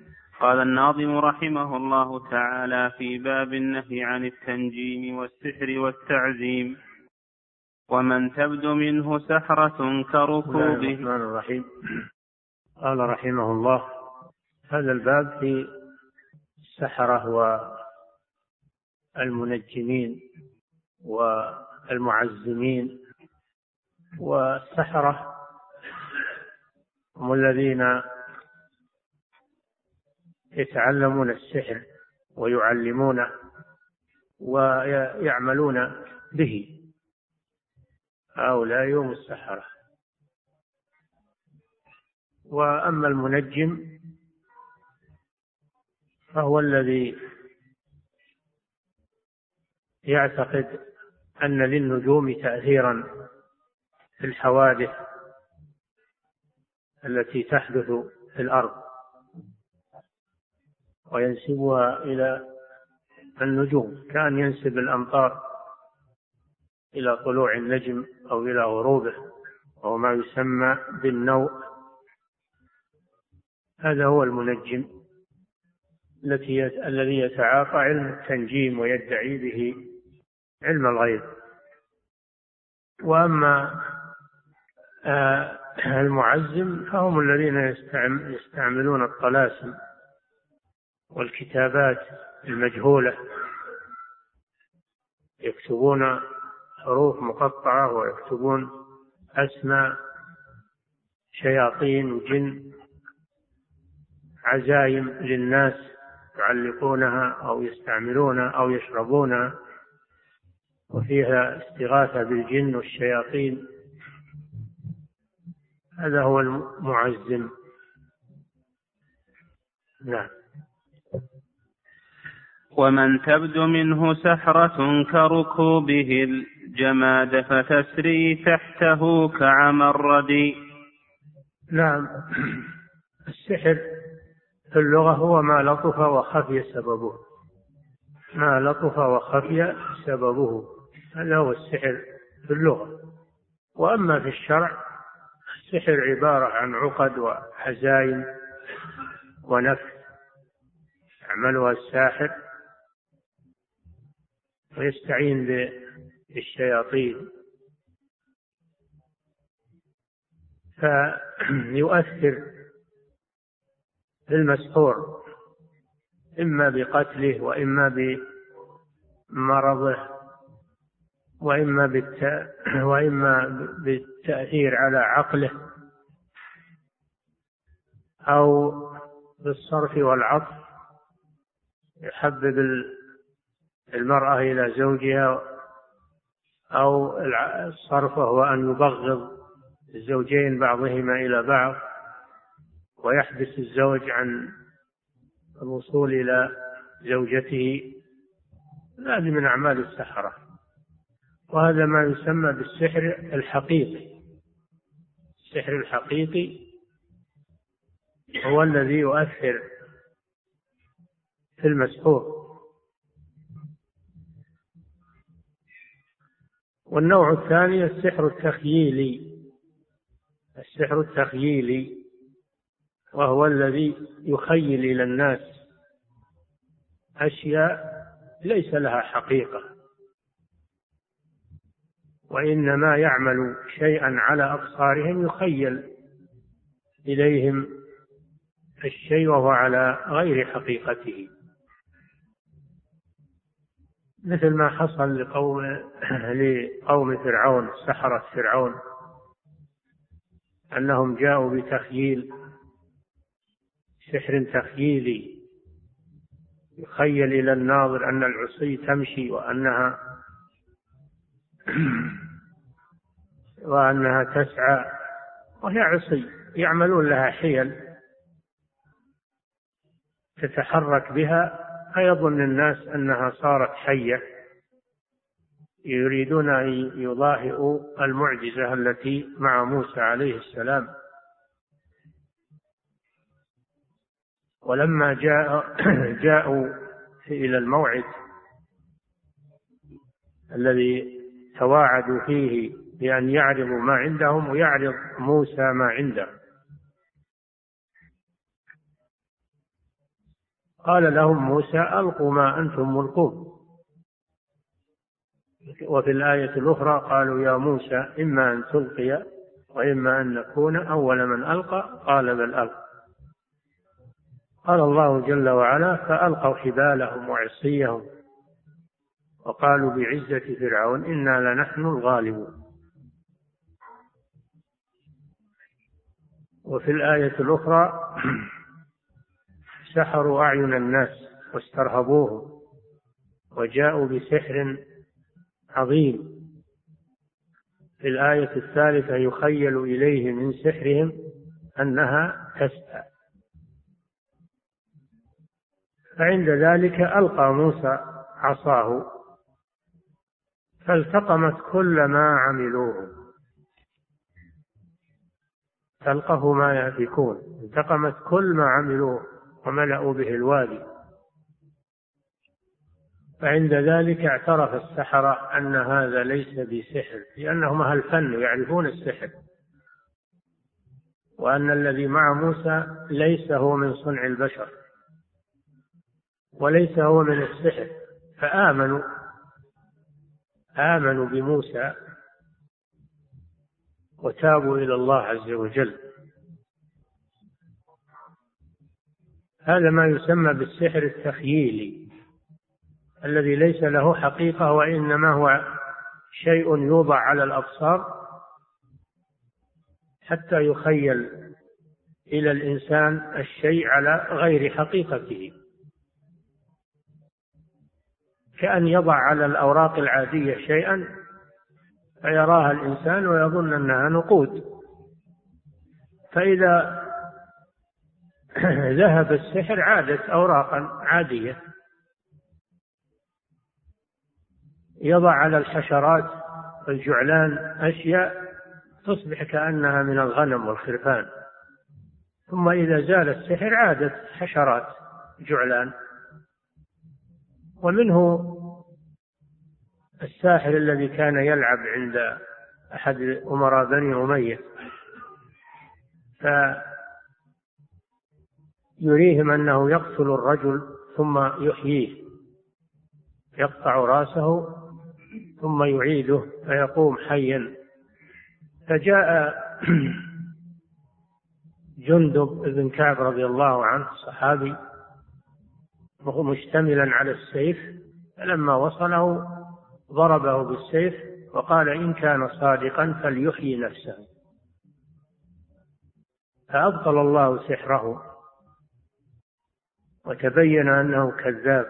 قال الناظم رحمه الله تعالى في باب النهي عن التنجيم والسحر والتعزيم: ومن تبدو منه سحرة كركوبه. بسم الله الرحمن الرحيم. قال رحمه الله: هذا الباب في السحرة والمنجمين والمعزمين. والسحرة هم الذين يتعلمون السحر ويعلمونه ويعملون به، هؤلاء هم السحرة. وأما المنجم فهو الذي يعتقد أن للنجوم تأثيرا في الحوادث التي تحدث في الأرض، وينسبها إلى النجوم، كان ينسب الأمطار إلى طلوع النجم أو إلى غروبه، وهو ما يسمى بالنوء. هذا هو المنجم الذي يتعاطى علم التنجيم ويدعي به علم الغيب. وأما المعزم فهم الذين يستعملون الطلاسم والكتابات المجهولة، يكتبون حروف مقطعة ويكتبون أسماء شياطين وجن، عزايم للناس يعلقونها أو يستعملونها أو يشربونها، وفيها استغاثة بالجن والشياطين. هذا هو المعزم. نعم. ومن تبدو منه سحرة كركوبه الجماد فتسري تحته كعمرد. نعم. السحر في اللغة هو ما لطف وخفي سببه، ما لطف وخفي سببه، هذا هو السحر في اللغة. وأما في الشرع السحر عبارة عن عقد وحزائم ونفس يعملها الساحر ويستعين بالشياطين، فيؤثر في المسحور إما بقتله وإما بمرضه وإما بالتأثير على عقله أو بالصرف والعطف، يحبب المرأة إلى زوجها، أو الصرف هو أن يبغض الزوجين بعضهما إلى بعض ويحبس الزوج عن الوصول إلى زوجته. هذه من أعمال السحرة، وهذا ما يسمى بالسحر الحقيقي. السحر الحقيقي هو الذي يؤثر في المسحور. والنوع الثاني السحر التخييلي. السحر التخييلي وهو الذي يخيل إلى الناس أشياء ليس لها حقيقة، وإنما يعمل شيئا على أبصارهم يخيل إليهم الشيء وهو على غير حقيقته، مثل ما حصل لقوم فرعون، سحرة فرعون، أنهم جاءوا بتخييل، سحر تخييلي يخيل إلى الناظر أن العصي تمشي وأنها تسعى وهي عصي، يعملون لها حيل تتحرك بها، فيظن الناس أنها صارت حية، يريدون أن يضاهئوا المعجزة التي مع موسى عليه السلام. ولما جاءوا إلى الموعد الذي تواعدوا فيه بأن يعرضوا ما عندهم ويعرض موسى ما عنده، قال لهم موسى ألقوا ما أنتم ملقون. وفي الآية الأخرى قالوا يا موسى إما أن تلقي وإما أن نكون أول من ألقى قال بل ألقى. قال الله جل وعلا فألقوا حبالهم وعصيهم وقالوا بعزة فرعون إنا لنحن الغالبون. وفي الآية الأخرى سحروا أعين الناس واسترهبوهم وجاءوا بسحر عظيم. في الآية الثالثة يخيل إليه من سحرهم أنها تسعى. فعند ذلك ألقى موسى عصاه فالتقمت كل ما عملوه، تلقف ما يأفكون، التقمت كل ما عملوه وملأوا به الوادي. فعند ذلك اعترف السحرة أن هذا ليس بسحر، لأنهم أهل الفن يعرفون السحر، وأن الذي مع موسى ليس هو من صنع البشر وليس هو من السحر، فآمنوا بموسى وتابوا إلى الله عز وجل. هذا ما يسمى بالسحر التخييلي الذي ليس له حقيقة، وإنما هو شيء يوضع على الأبصار حتى يخيل إلى الإنسان الشيء على غير حقيقته، كأن يضع على الأوراق العادية شيئا فيراها الإنسان ويظن أنها نقود، فإذا ذهب السحر عادت أوراقا عادية. يضع على الحشرات والجعلان أشياء تصبح كأنها من الغنم والخرفان، ثم إذا زال السحر عادت حشرات جعلان. ومنه الساحر الذي كان يلعب عند أحد أمراء بني أمية فيريهم أنه يقتل الرجل ثم يحييه، يقطع رأسه ثم يعيده فيقوم حيا. فجاء جندب بن كعب رضي الله عنه صحابي وهو مشتملا على السيف، فلما وصله ضربه بالسيف وقال إن كان صادقا فليحيي نفسه، فأبطل الله سحره وتبين أنه كذاب.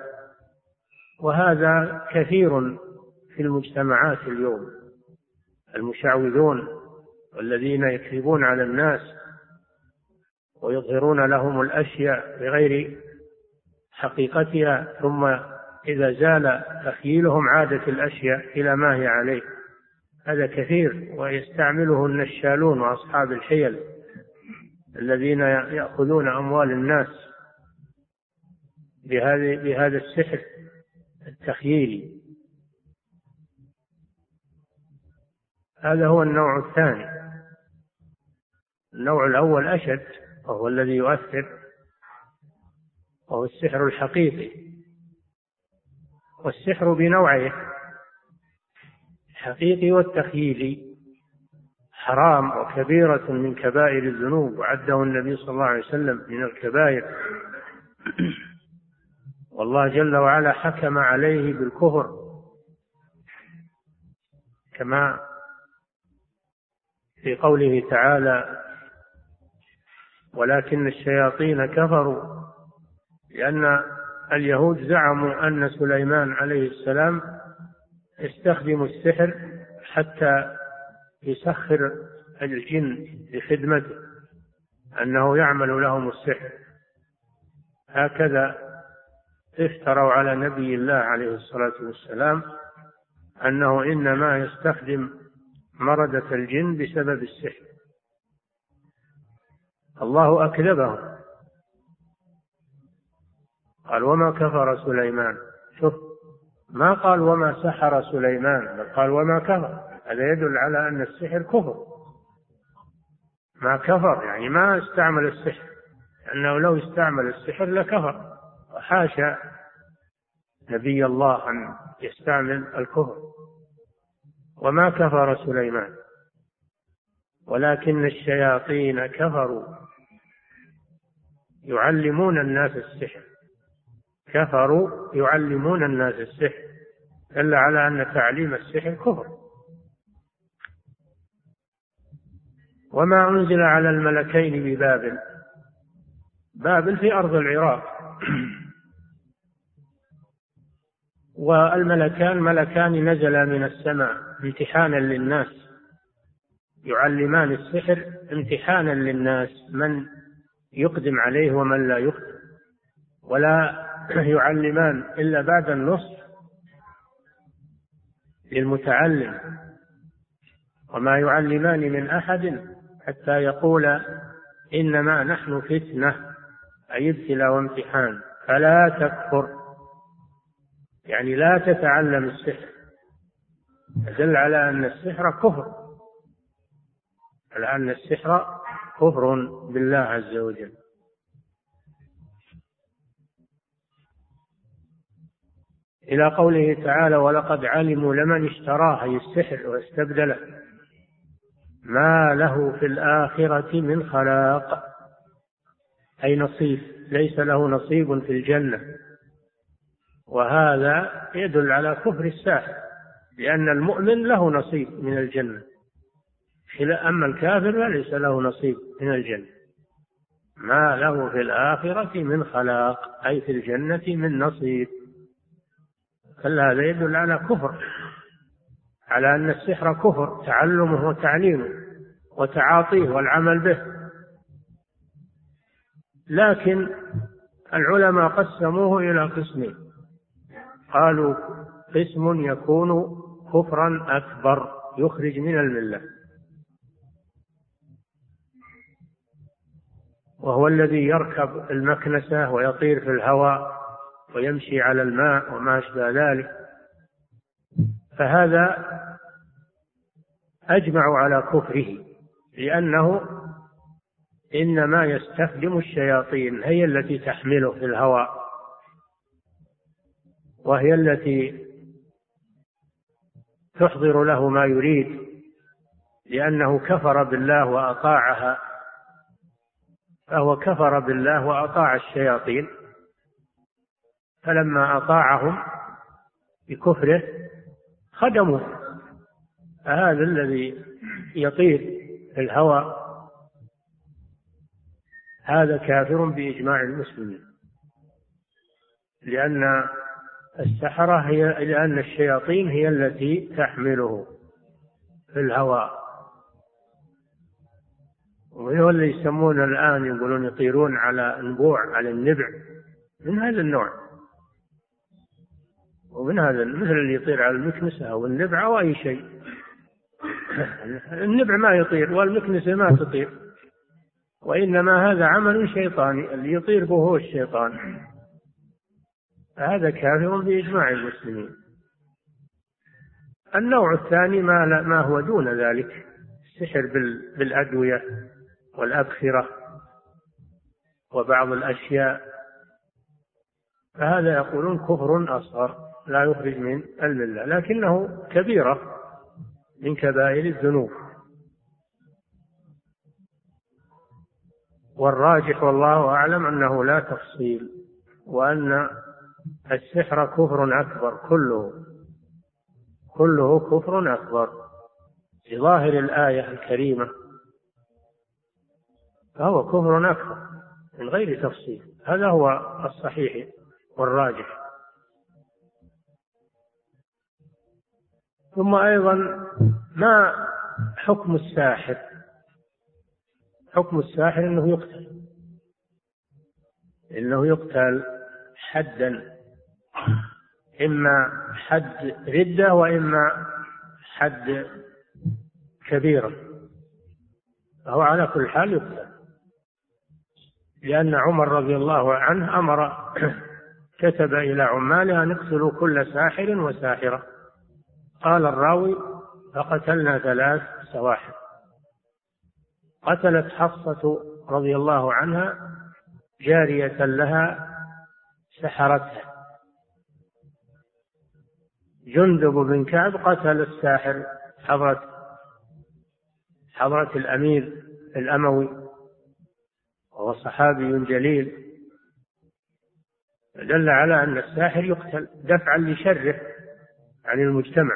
وهذا كثير في المجتمعات اليوم، المشعوذون والذين يكذبون على الناس ويظهرون لهم الأشياء بغير حقيقتها، ثم إذا زال تخييلهم عادت الأشياء إلى ما هي عليه. هذا كثير، ويستعمله النشالون وأصحاب الحيل الذين يأخذون أموال الناس بهذا السحر التخييلي. هذا هو النوع الثاني. النوع الأول أشد، وهو الذي يؤثر، وهو السحر الحقيقي. والسحر بنوعيه، الحقيقي والتخييلي، حرام وكبيرة من كبائر الذنوب، وعده النبي صلى الله عليه وسلم من الكبائر. والله جل وعلا حكم عليه بالكفر، كما في قوله تعالى ولكن الشياطين كفروا، لأن اليهود زعموا أن سليمان عليه السلام يستخدم السحر حتى يسخر الجن لخدمته، أنه يعمل لهم السحر. هكذا افتروا على نبي الله عليه الصلاة والسلام أنه إنما يستخدم مردة الجن بسبب السحر. الله أكذبهم، قال وما كفر سليمان. شوف، ما قال وما سحر سليمان، بل قال وما كفر. هذا يدل على أن السحر كفر. ما كفر يعني ما استعمل السحر، لأنه لو استعمل السحر لكفر، وحاشا نبي الله أن يستعمل الكفر، وما كفر سليمان ولكن الشياطين كفروا يعلمون الناس السحر، كفروا يعلمون الناس السحر، دل على أن تعليم السحر كفر. وما أنزل على الملكين ببابل، بابل في أرض العراق، والملكان ملكان نزلا من السماء امتحانا للناس، يعلمان السحر امتحانا للناس، من يقدم عليه ومن لا يقدم، ولا يعلمان إلا بعد النصح للمتعلم. وما يعلمان من أحد حتى يقولا إنما نحن فتنة، أي ابتلاء وامتحان، فلا تكفر، يعني لا تتعلم السحر، يدل على أن السحر كفر، على أن السحر كفر بالله عز وجل. إلى قوله تعالى ولقد علموا لمن اشتراه، أي السحر، واستبدله ما له في الآخرة من خلاق، أي نصيب، ليس له نصيب في الجنة. وهذا يدل على كفر الساحر، لأن المؤمن له نصيب من الجنة، أما الكافر فليس له نصيب من الجنة. ما له في الآخرة من خلاق، أي في الجنة من نصيب. فهذا يدل على كفر، على أن السحر كفر، تعلمه وتعليمه وتعاطيه والعمل به. لكن العلماء قسموه إلى قسمين، قالوا قسم يكون كفرا أكبر يخرج من الملة، وهو الذي يركب المكنسة ويطير في الهواء ويمشي على الماء وما أشبه ذلك، فهذا أجمع على كفره، لأنه إنما يستخدم الشياطين، هي التي تحمله في الهواء، وهي التي تحضر له ما يريد، لأنه كفر بالله وأطاعها، فهو كفر بالله وأطاع الشياطين، فلما أطاعهم بكفره خدموا. هذا الذي يطير في الهواء هذا كافر بإجماع المسلمين، لأن السحرة لأن الشياطين هي التي تحمله في الهواء، وهو اللي يسمون الآن يقولون يطيرون على النبوع، على النبع، من هذا النوع، ومن هذا مثل اللي يطير على المكنسة أو النبع أو أي شيء. النبع ما يطير والمكنسة ما تطير، وإنما هذا عمل شيطاني، اللي يطير به هو الشيطان، هذا كافر بإجماع المسلمين. النوع الثاني ما هو دون ذلك، السحر بالأدوية والأبخرة وبعض الأشياء، فهذا يقولون كفر أصغر لا يخرج من الملة، لكنه كبيرة من كبائر الذنوب. والراجح والله أعلم أنه لا تفصيل، وأن السحر كفر أكبر، كله كفر أكبر بظاهر الآية الكريمة، فهو كفر أكبر من غير تفصيل. هذا هو الصحيح والراجح. ثم أيضا ما حكم الساحر؟ حكم الساحر إنه يقتل حدا، إما حد ردة وإما حد كبيرة، فهو على كل حال يقتل، لأن عمر رضي الله عنه أمر كتب إلى عماله أن اقتلوا كل ساحر وساحرة. قال الراوي فقتلنا 3 سواحر. قتلت حفصة رضي الله عنها جارية لها سحرتها. جندب بن كعب قتل الساحر حضرة الأمير الأموي، وهو صحابي جليل، دل على أن الساحر يقتل دفعا لشره عن المجتمع.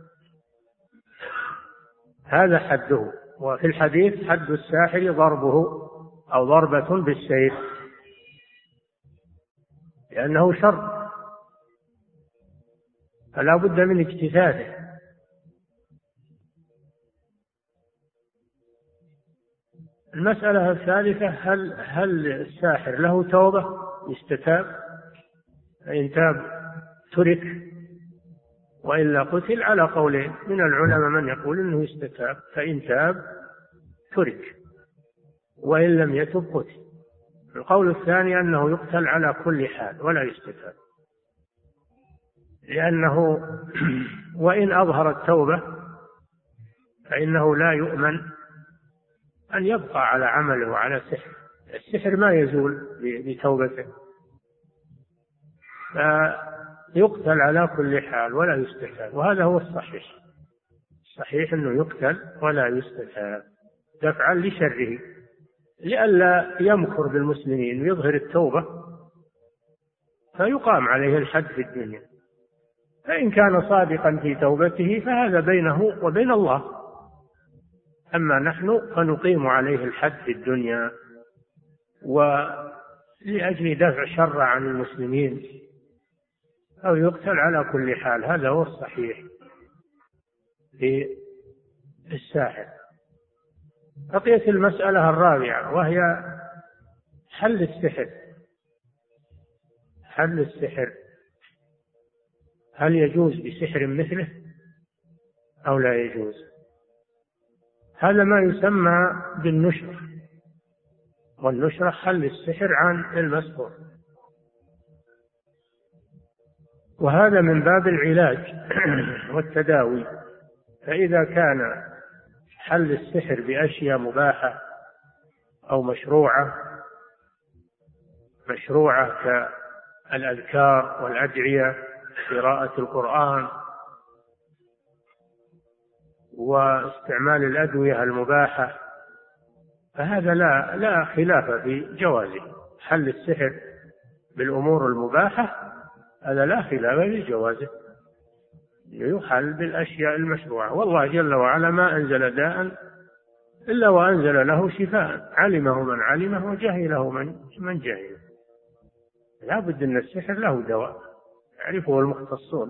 هذا حده. وفي الحديث حد الساحر ضربه أو ضربة بالسيف، لأنه شر فلا بد من اجتثاثه. المسألة الثالثة: هل الساحر له توبة يستتاب؟ فإن تاب ترك، وإلا قتل. على قولين من العلماء: من يقول إنه يستتاب، فإن تاب ترك، وإن لم يتب قتل. القول الثاني أنه يقتل على كل حال ولا يستتاب، لأنه وإن أظهر التوبة فإنه لا يؤمن أن يبقى على عمله وعلى سحر. السحر ما يزول بتوبته، فيقتل على كل حال ولا يستتاب. وهذا هو الصحيح. الصحيح أنه يقتل ولا يستتاب دفعا لشره، لئلا يمكر بالمسلمين ويظهر التوبة فيقام عليه الحد في الدنيا. فإن كان صادقا في توبته فهذا بينه وبين الله، أما نحن فنقيم عليه الحد في الدنيا ولأجل دفع شر عن المسلمين، أو يقتل على كل حال. هذا هو الصحيح في الساحر. بقيت المسألة الرابعة، وهي حل السحر. حل السحر هل يجوز بسحر مثله أو لا يجوز؟ هذا ما يسمى بالنشرة، والنشرة حل السحر عن المسحور، وهذا من باب العلاج والتداوي. فإذا كان حل السحر بأشياء مباحة أو مشروعة كالأذكار والأدعية، قراءة القرآن، واستعمال الأدوية المباحة، فهذا لا خلاف في جوازه. حل السحر بالأمور المباحة هذا لا خلاف في جوازه، يحل بالأشياء المشروعة. والله جل وعلا ما أنزل داء إلا وأنزل له شفاء، علمه من علمه وجهله من جهله. لا بد أن السحر له دواء يعرفه المختصون.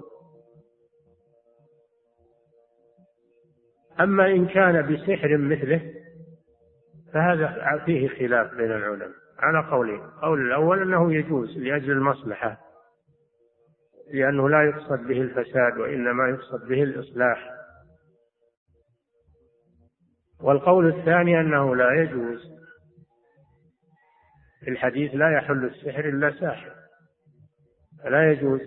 أما إن كان بسحر مثله فهذا فيه خلاف بين العلماء على قولين. قول الأول أنه يجوز لأجل المصلحة، لأنه لا يقصد به الفساد وإنما يقصد به الإصلاح. والقول الثاني أنه لا يجوز. في الحديث: لا يحل السحر إلا ساحر، فلا يجوز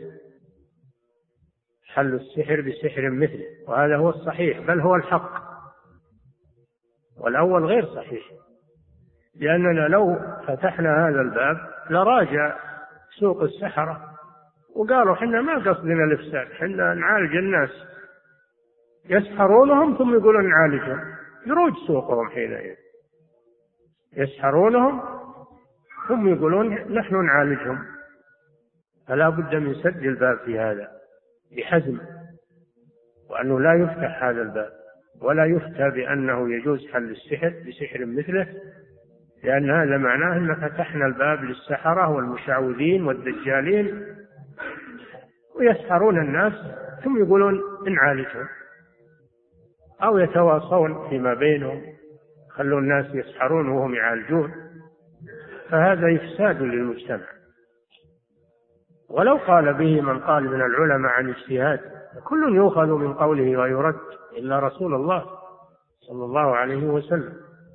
حل السحر بسحر مثله، وهذا هو الصحيح بل هو الحق، والأول غير صحيح. لأننا لو فتحنا هذا الباب لراجع سوق السحرة وقالوا: حنا ما قصدنا الإفساد، حنا نعالج الناس. يسحرونهم ثم يقولون نعالجهم، يروج سوقهم حينئذ. يسحرونهم ثم يقولون نحن نعالجهم. فلا بد من سد الباب في هذا بحزم، وأنه لا يفتح هذا الباب، ولا يفتى بأنه يجوز حل السحر بسحر مثله، لأن هذا معناه أن فتحنا الباب للسحرة والمشعوذين والدجالين، ويسحرون الناس ثم يقولون نعالجهم، أو يتواصون فيما بينهم خلوا الناس يسحرون وهم يعالجون، فهذا إفساد للمجتمع. ولو قال به من قال من العلماء عن اجتهاد، كل يؤخذ من قوله ويرد إلا رسول الله صلى الله عليه وسلم.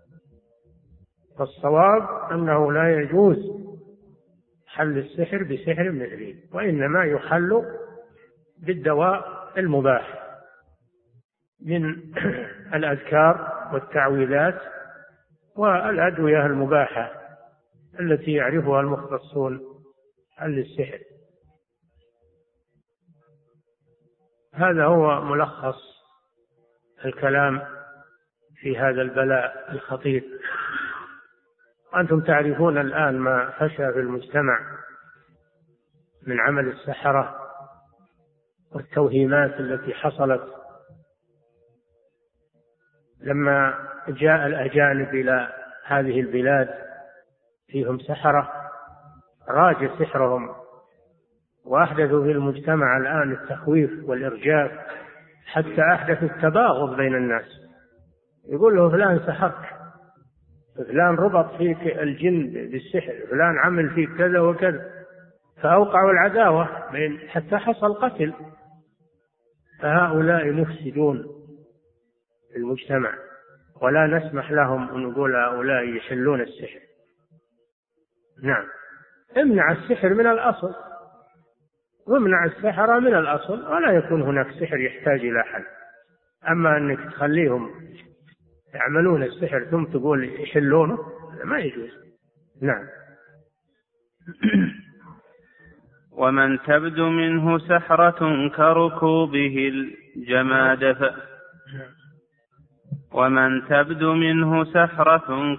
فالصواب أنه لا يجوز حل السحر بسحر مثله، وإنما يحل بالدواء المباح من الأذكار والتعويذات والأدوية المباحة التي يعرفها المختصون حل السحر. هذا هو ملخص الكلام في هذا البلاء الخطير. أنتم تعرفون الآن ما فشى في المجتمع من عمل السحرة والتوهيمات التي حصلت لما جاء الأجانب إلى هذه البلاد فيهم سحرة، راج سحرهم وأحدثوا في المجتمع الآن التخويف والإرجاف، حتى أحدثوا التباغض بين الناس. يقول له فلان سحرك، فلان ربط فيك الجن بالسحر، فلان عمل فيك كذا وكذا، فأوقعوا العداوة حتى حصل قتل. فهؤلاء مفسدون في المجتمع، ولا نسمح لهم أن نقول هؤلاء يحلون السحر. نعم، امنع السحر من الأصل، وامنع السحر من الأصل، ولا يكون هناك سحر يحتاج إلى حل. أما أنك تخليهم يعملون السحر ثم تقول يحلونه، ما يجوز. نعم. ومن تبدو منه سحرة كركوبه الجماد ومن تبدو منه سحرة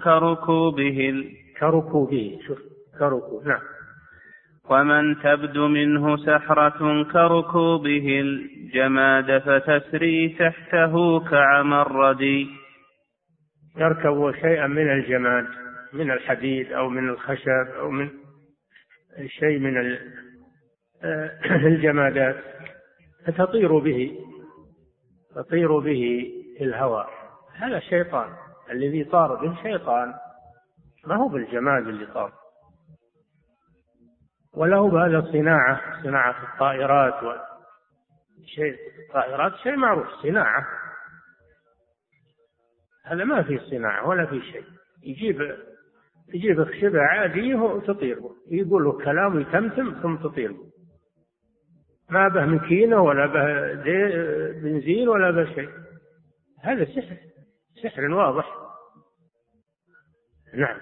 كركوبه شوف كركوب. نعم. ومن تبدو منه سحرة كركوبه الجماد فتسري تحته كعمرد. يركب شيئا من الجماد، من الحديد أو من الخشب أو من شيء من الجمادات، فتطير به في الهواء. هذا شيطان، الذي طار به شيطان، ما هو بالجماد اللي طار. وله بهذا صناعة الطائرات الطائرات شيء معروف، صناعة. هذا ما في صناعة ولا في شيء. يجيب خشبة عادية وتطير به، يقول له كلام ويتمتم ثم تطير به، ما به مكينة ولا به بنزين ولا به شيء. هذا سحر واضح. نعم.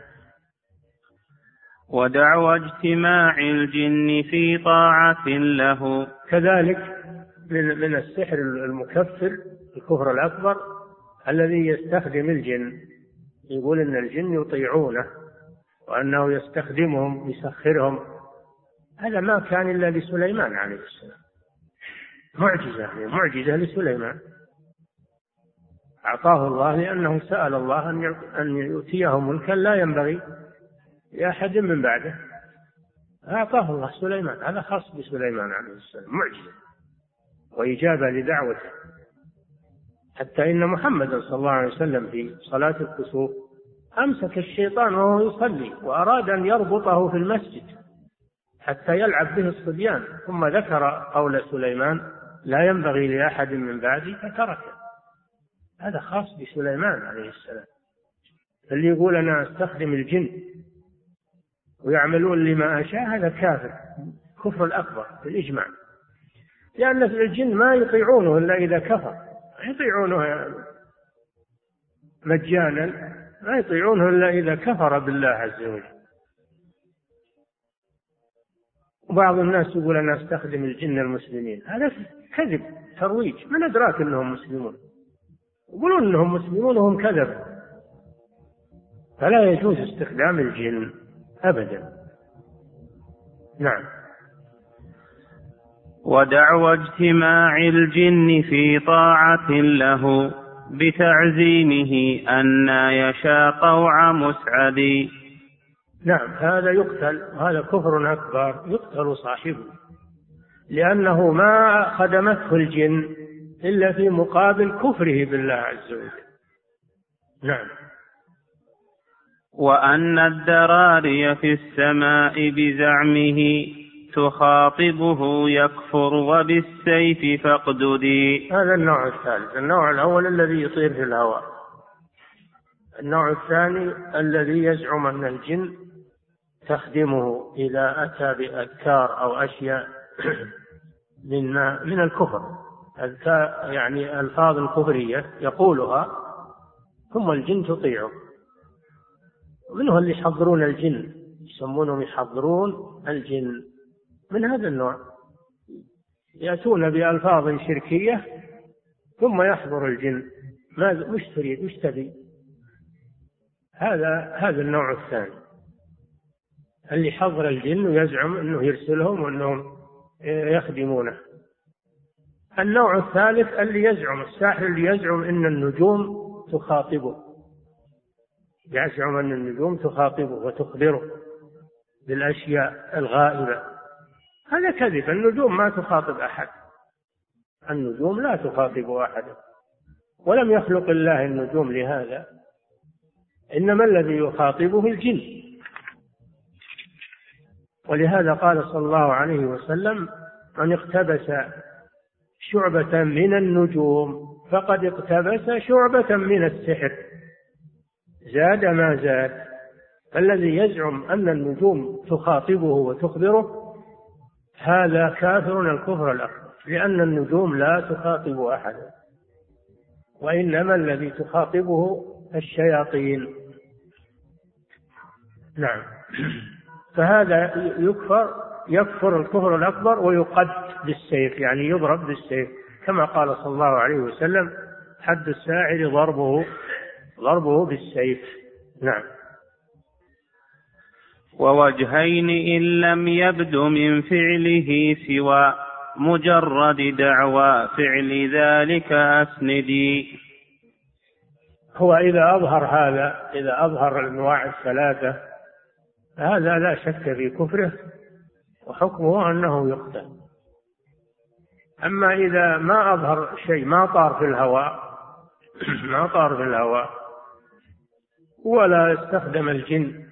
ودعوى اجتماع الجن في طاعة له. كذلك من السحر المكفر، الكفر الأكبر، الذي يستخدم الجن، يقول إن الجن يطيعونه وأنه يستخدمهم يسخرهم. هذا ما كان إلا لسليمان عليه السلام، معجزة لسليمان أعطاه الله، لأنه سأل الله أن يؤتيه ملكا لا ينبغي لأحد من بعده، أعطاه الله سليمان. هذا خاص بسليمان عليه السلام، معجزة وإجابة لدعوته. حتى إن محمد صلى الله عليه وسلم في صلاة الكسوف أمسك الشيطان وهو يصلي وأراد أن يربطه في المسجد حتى يلعب به الصبيان، ثم ذكر قول سليمان لا ينبغي لأحد من بعدي فتركه. هذا خاص بسليمان عليه السلام. اللي يقول أنا أستخدم الجن ويعملون لما أشاء، هذا كافر، كفر الأكبر بالإجماع، لأن الجن ما يطيعونه إلا إذا كفر، يطيعونه مجانا، ما يطيعونه إلا إذا كفر بالله عز وجل. وبعض الناس يقول أنا أستخدم الجن المسلمين، هذا كذب، ترويج، من أدراك أنهم مسلمون؟ يقولون أنهم مسلمون وهم كذب. فلا يجوز استخدام الجن أبدا. نعم. ودعوى اجتماع الجن في طاعة له بتعزيمه أن يشاء طوع مسعد. نعم، هذا يقتل، هذا كفر أكبر، يقتل صاحبه، لأنه ما خدمته الجن إلا في مقابل كفره بالله عز وجل. نعم. وأن الدراري في السماء بزعمه تخاطبه يكفر وبالسيف فاقددي. هذا النوع الثالث. النوع الأول الذي يطير في الهواء. النوع الثاني الذي يزعم أن الجن تخدمه إذا أتى بأذكار أو أشياء من الكفر، يعني ألفاظ الكفرية يقولها ثم الجن تطيعه. منهم اللي يحضرون الجن، يسمونهم يحضرون الجن، من هذا النوع، يأتون بألفاظ شركية ثم يحضر الجن وش تريد وش تبي. هذا النوع الثاني اللي حضر الجن ويزعم أنه يرسلهم وأنهم يخدمونه. النوع الثالث اللي يزعم الساحر اللي يزعم أن النجوم تخاطبه، يزعم أن النجوم تخاطبه وتخبره بالأشياء الغائبة. هذا كذب، النجوم ما تخاطب أحد، النجوم لا تخاطب أحدا، ولم يخلق الله النجوم لهذا، إنما الذي يخاطبه الجن. ولهذا قال صلى الله عليه وسلم: من اقتبس شعبة من النجوم فقد اقتبس شعبة من السحر، زاد ما زاد. الذي يزعم أن النجوم تخاطبه وتخبره هذا كافر الكفر الأكبر، لأن النجوم لا تخاطب أحدا، وإنما الذي تخاطبه الشياطين. نعم. فهذا يكفر الكفر الأكبر ويقد بالسيف، يعني يضرب بالسيف، كما قال صلى الله عليه وسلم: حد الساحر ضربه بالسيف. نعم. ووجهين إن لم يبد من فعله سوى مجرد دعوى فعل ذلك أسندي. هو إذا أظهر الأنواع الثلاثة هذا لا شك في كفره، وحكمه أنه يقتل. أما إذا ما أظهر شيء، ما طار في الهواء ولا استخدم الجن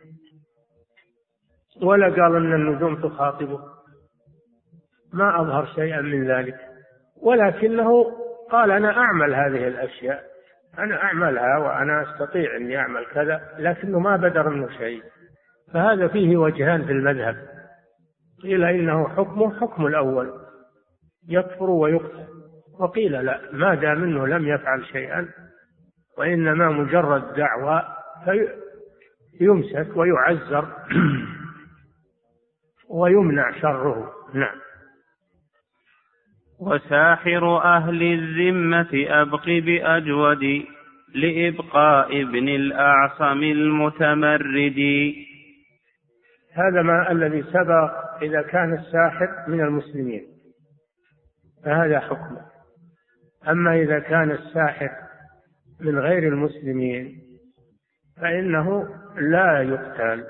ولا قال أن النجوم تخاطبه، ما أظهر شيئا من ذلك، ولكنه قال: أنا أعمل هذه الأشياء، أنا أعملها وأنا أستطيع أني أعمل كذا، لكنه ما بدر منه شيء، فهذا فيه وجهان في المذهب. قيل إنه حكمه حكم الأول، يكفر ويقتل، وقيل لا، ما دام منه لم يفعل شيئا وإنما مجرد دعوى فيمسك ويعزر ويمنع شره. نعم. وساحر أهل الذمة أبق بأجود لإبقاء ابن الأعصم المتمرد. هذا ما الذي سبق. إذا كان الساحر من المسلمين فهذا حكمه. أما إذا كان الساحر من غير المسلمين فإنه لا يقتل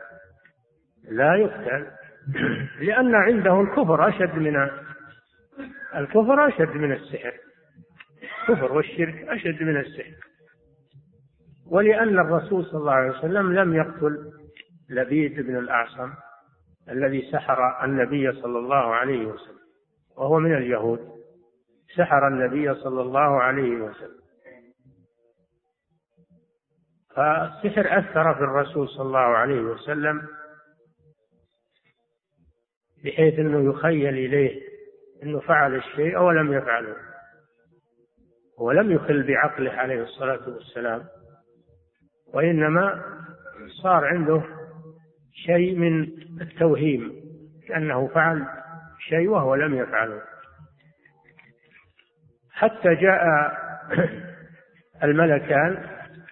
لأن عنده الكفر أشد من السحر. الكفر والشرك أشد من السحر. ولأن الرسول صلى الله عليه وسلم لم يقتل لبيد بن الأعصم الذي سحر النبي صلى الله عليه وسلم، وهو من اليهود، سحر النبي صلى الله عليه وسلم. فالسحر أثر في الرسول صلى الله عليه وسلم بحيث أنه يخيل إليه أنه فعل الشيء ولم يفعله، ولم يخل بعقله عليه الصلاة والسلام، وإنما صار عنده شيء من التوهيم كأنه فعل شيء وهو لم يفعله. حتى جاء الملكان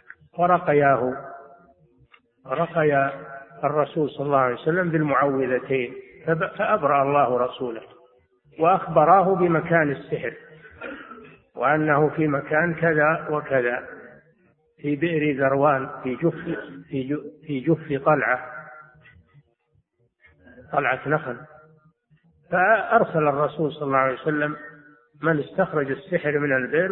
ورقيا الرسول صلى الله عليه وسلم بالمعوذتين، فأبرأ الله رسوله وأخبراه بمكان السحر، وأنه في مكان كذا وكذا، في بئر ذروان، في جف طلعة نخل. فأرسل الرسول صلى الله عليه وسلم من استخرج السحر من البئر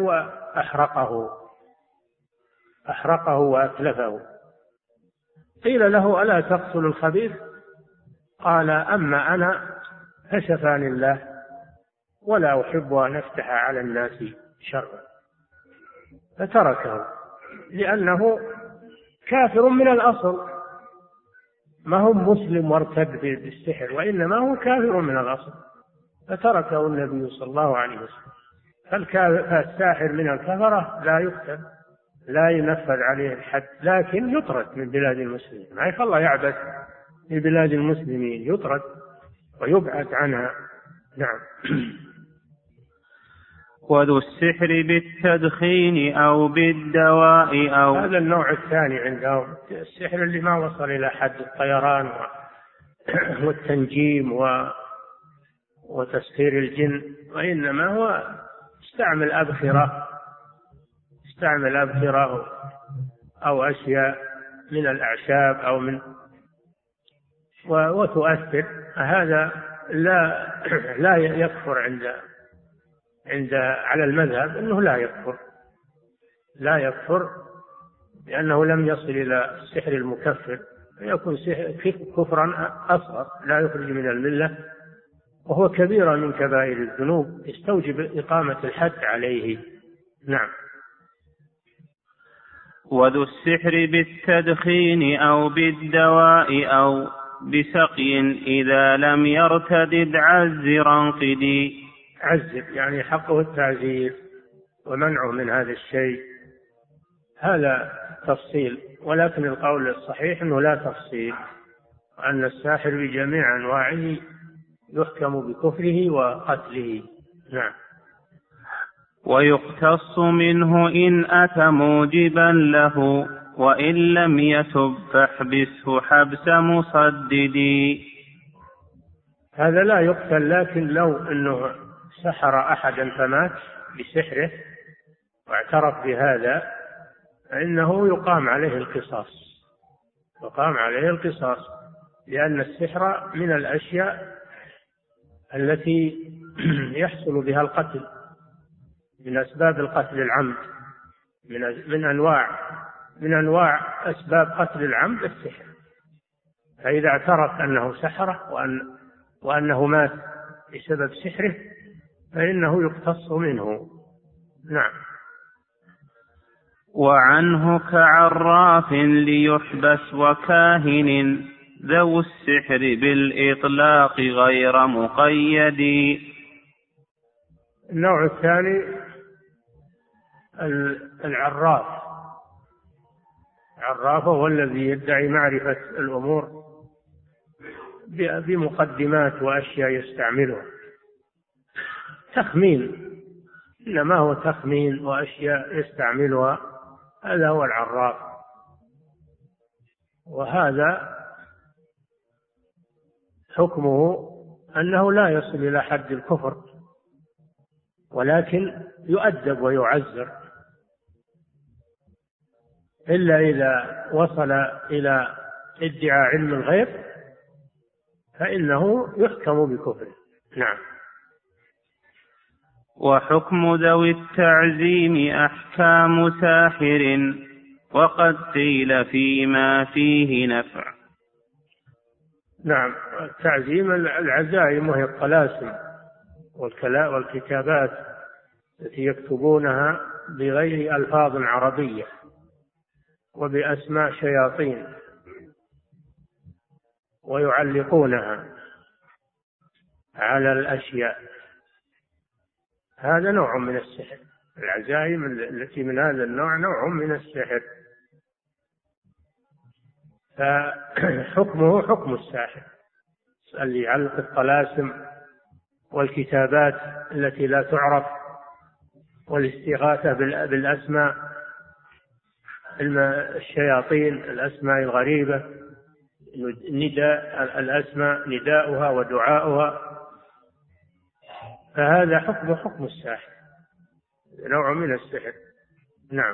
وأحرقه وأتلفه. قيل له: ألا تقتل الخبيث؟ قال: أما أنا فشفاني الله، ولا أحب أن أفتح على الناس شرا. فتركه لأنه كافر من الأصل، ما هو مسلم وارتد بالسحر، وإنما هو كافر من الأصل، فتركه النبي صلى الله عليه وسلم. فالساحر من الكفرة لا يقتل، لا ينفذ عليه الحد، لكن يطرد من بلاد المسلمين. ما يخلى يعبث في بلاد المسلمين، يطرد ويبعد عنها. نعم. وذو السحر بالتدخين أو بالدواء أو هذا النوع الثاني عندهم، السحر اللي ما وصل إلى حد الطيران والتنجيم وتسخير الجن، وإنما هو استعمل أبخرة أو أشياء من الأعشاب أو من وتؤثر. هذا لا يكفر عند على المذهب أنه لا يكفر لأنه لم يصل إلى السحر المكفر، يكون كفرا أصغر لا يخرج من الملة، وهو كبيرة من كبائر الذنوب يستوجب إقامة الحد عليه. نعم. وذو السحر بالتدخين أو بالدواء أو بسقي إذا لم يرتدد عزرا قدي. عزر يعني حقه التعزير ومنعه من هذا الشيء، هذا تفصيل، ولكن القول الصحيح أنه لا تفصيل، وأن الساحر بجميع أنواعه يحكم بكفره وقتله. نعم. ويقتص منه إن أتى موجبا له وإن لم يتب فاحبسه حبس مصددي. هذا لا يقتل، لكن لو أنه سحر أحدا فمات بسحره واعترف بهذا فإنه يقام عليه القصاص، لأن السحر من الأشياء التي يحصل بها القتل، من أسباب القتل العمد، من أنواع أسباب قتل العمد السحر. فإذا اعترف أنه سحره وأنه مات بسبب سحره فإنه يقتص منه. نعم. وعنه كعراف ليحبس وكاهن ذو السحر بالإطلاق غير مقيد. النوع الثاني العراف هو الذي يدعي معرفة الأمور بمقدمات وأشياء يستعملها، تخمين، إنما هو تخمين وأشياء يستعملها، هذا هو العراف. وهذا حكمه أنه لا يصل إلى حد الكفر، ولكن يؤدب ويعزر، إلا إذا وصل إلى ادعاء علم الغيب فإنه يحكم بكفره. نعم. وحكم ذوي التعزيم أحكام ساحر وقد قيل فيما فيه نفع. نعم. التعزيم العزائم وهي الطلاسم والكتابات التي يكتبونها بغير ألفاظ عربية وبأسماء شياطين ويعلقونها على الأشياء، هذا نوع من السحر. العزائم التي من هذا النوع نوع من السحر، فحكمه حكم الساحر اللي يعلق الطلاسم والكتابات التي لا تعرف والاستغاثة بالأسماء الشياطين، الأسماء الغريبة، نداء الأسماء نداؤها ودعاؤها، فهذا حكم الساحر، نوع من السحر. نعم.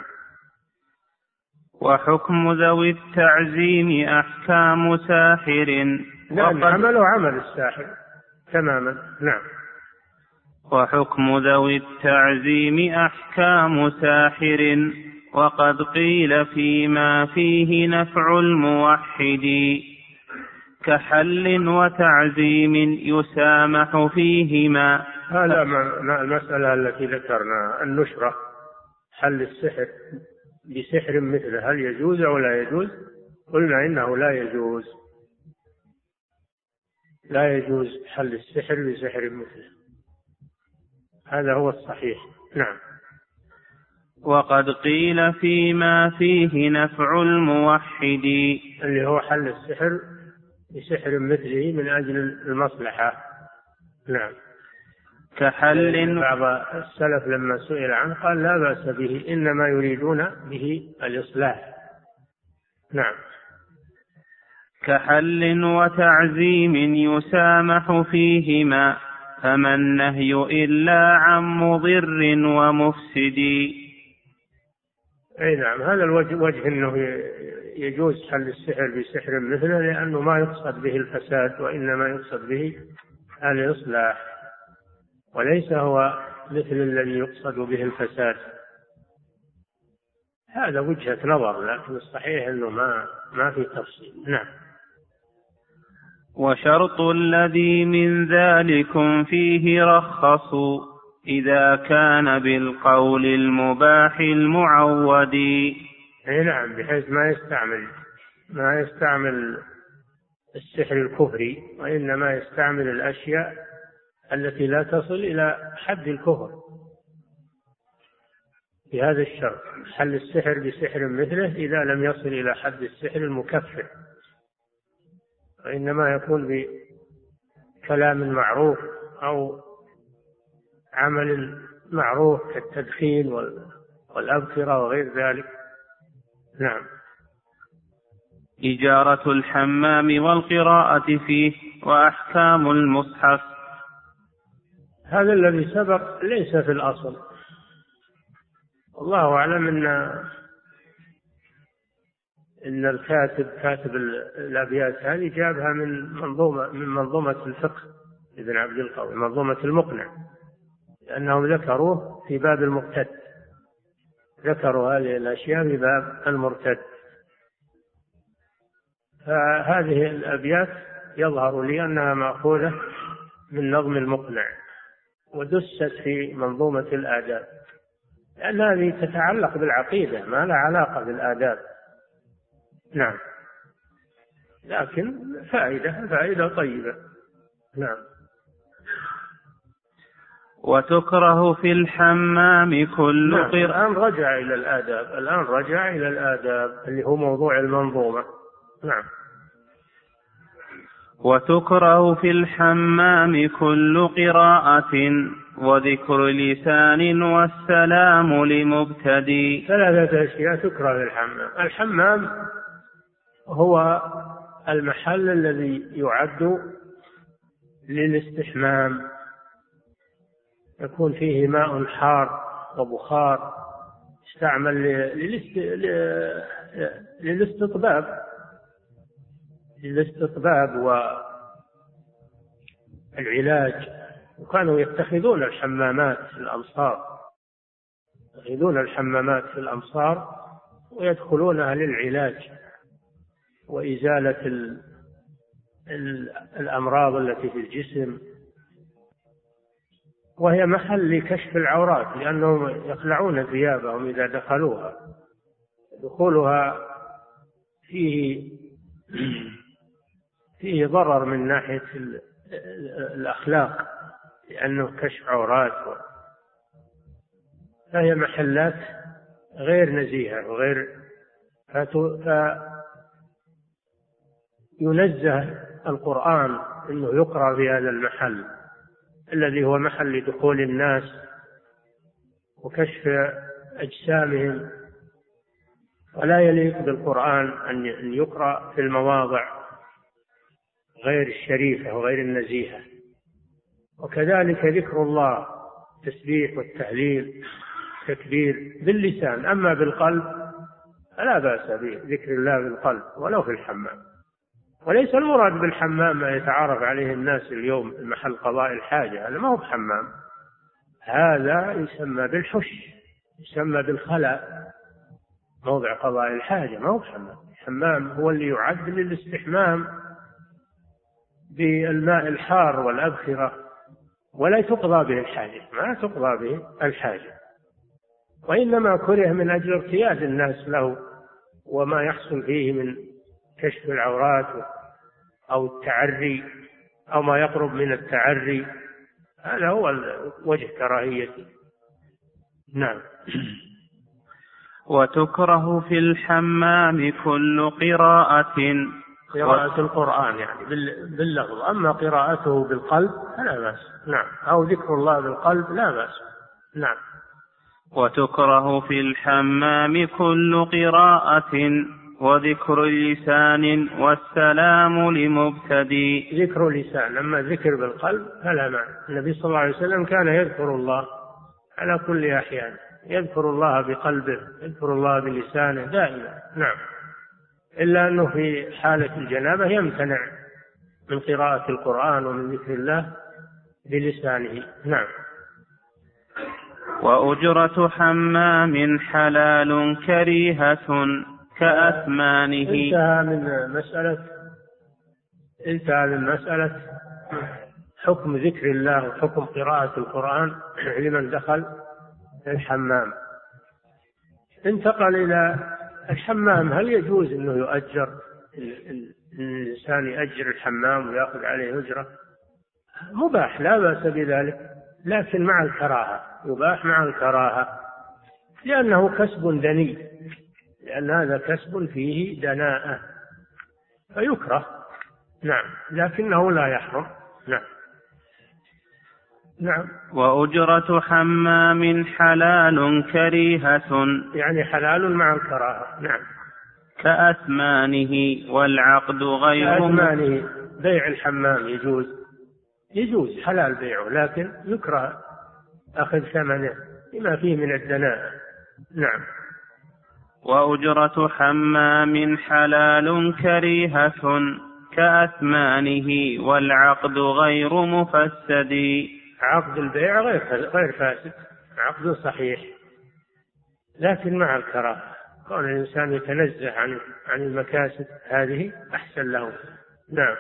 وحكم ذوي التعزيم أحكام ساحر لأن عمله عمل الساحر تماما. نعم. وحكم ذوي التعزيم أحكام ساحر وقد قيل فيما فيه نفع الموحد كحل وتعزيم يسامح فيهما. هذا المسألة التي ذكرنا، النشرة، حل السحر بسحر مثله، هل يجوز أو لا يجوز؟ قلنا إنه لا يجوز حل السحر بسحر مثله، هذا هو الصحيح. نعم. وقد قيل فيما فيه نفع الموحد، اللي هو حل السحر بسحر مثله من أجل المصلحة. نعم. كحل. بعض السلف لما سئل عنه قال لا بأس به، إنما يريدون به الإصلاح. نعم. كحل وتعزيم يسامح فيهما، فما النهي إلا عن مضر ومفسد. أي نعم، هذا الوجه أنه يجوز حل السحر بسحر مثله، لأنه ما يقصد به الفساد، وإنما يقصد به الإصلاح، وليس هو مثل الذي يقصد به الفساد. هذا وجهة نظر، لكن الصحيح أنه ما في تفصيل. نعم. وشرط الذي من ذلكم فيه رخصوا، إذا كان بالقول المباح المعود. أي نعم، بحيث ما يستعمل السحر الكفري، وإنما يستعمل الأشياء التي لا تصل إلى حد الكفر. بهذا الشرط حل السحر بسحر مثله إذا لم يصل إلى حد السحر المكفر، وإنما يكون بكلام معروف أو عمل معروف كالتدخين والأبخرة وغير ذلك. نعم. إجارة الحمام والقراءة فيه وأحكام المصحف. هذا الذي سبق ليس في الأصل، والله أعلم إن كاتب الأبيات هذه جابها من منظومة الفقه ابن عبد القوي، منظومة المقنع، لأنهم ذكروه في باب المرتد، ذكروا هذه الأشياء في باب المرتد. فهذه الأبيات يظهر لي أنها مأخوذة من نظم المقنع ودست في منظومة الآداب، لأن هذه تتعلق بالعقيدة ما لها علاقة بالآداب. نعم، لكن فائدة طيبة. نعم. وتكره في الحمام كل الآن رجع إلى الآداب اللي هو موضوع المنظومة. نعم. وتكره في الحمام كل قراءة وذكر لسان والسلام لمبتدي. 3 أشياء تكره في الحمام. الحمام هو المحل الذي يعد للاستحمام، يكون فيه ماء حار وبخار، يستعمل للاستطباب والعلاج. وكانوا يتخذون الحمامات في الأمصار ويدخلونها للعلاج وإزالة الأمراض التي في الجسم، وهي محل لكشف العورات، لأنهم يخلعون ثيابهم إذا دخلوها. دخولها فيه ضرر من ناحية الأخلاق، لأنه كشف عورات، فهي محلات غير نزيهة وغير ينزه القرآن أنه يقرأ في هذا المحل الذي هو محل دخول الناس وكشف أجسامهم، ولا يليق بالقرآن أن يقرأ في المواضع غير الشريفة وغير النزيهة. وكذلك ذكر الله، التسبيح والتهليل، تكبير باللسان، أما بالقلب فلا بأس بذكر الله بالقلب ولو في الحمام. وليس المراد بالحمام ما يتعارف عليه الناس اليوم، محل قضاء الحاجة، هذا ما هو بحمام، هذا يسمى بالحش، يسمى بالخلاء، موضع قضاء الحاجة، ما هو بحمام. الحمام هو اللي يعد للاستحمام بالماء الحار والأبخرة، ولا تقضى به الحاجة، ما تقضى به الحاجة، وإنما كره من أجل ارتياد الناس له وما يحصل فيه من كشف العورات أو التعري أو ما يقرب من التعري، هذا هو وجه كراهيته. نعم. وتكره في الحمام كل قراءة قراءة القرآن يعني باللفظ، أما قراءته بالقلب فلا بأس. نعم. أو ذكر الله بالقلب لا بأس. نعم. وتكره في الحمام كل قراءة وذكر لسان والسلام لمبتدي. ذكر لسان، أما ذكر بالقلب فلا معنى. النبي صلى الله عليه وسلم كان يذكر الله على كل أحيان، يذكر الله بقلبه، يذكر الله بلسانه دائما. نعم. إلا أنه في حالة الجنابة يمتنع من قراءة القرآن ومن ذكر الله بلسانه. نعم. وأجرة حمام حلال كريهة كأثمانه. انتهى من مسألة حكم ذكر الله وحكم قراءة القرآن لمن دخل الحمام. انتقل إلى الحمام. هل يجوز أنه يؤجر، الإنسان يأجر الحمام ويأخذ عليه أجرة؟ مباح، لا بأس بذلك، لكن مع الكراهة. يباح مع الكراهة، لأنه كسب دني، لأن هذا كسب فيه دناءة فيكره. نعم. لكنه لا يحرم. نعم. نعم. وأجرة حمام حلال كريهة، يعني حلال مع الكراهة. نعم. كأثمانه والعقد غير. كأثمانه، بيع الحمام يجوز حلال بيعه، لكن يكره أخذ ثمنه لما فيه من الدناءة. نعم. وأجرة حمام حلال كريهة كأثمانه والعقد غير مفسد. عقد البيع غير فاسد، عقد صحيح، لكن مع الكراهة. كون الإنسان يتنزه عن المكاسب هذه أحسن له. نعم.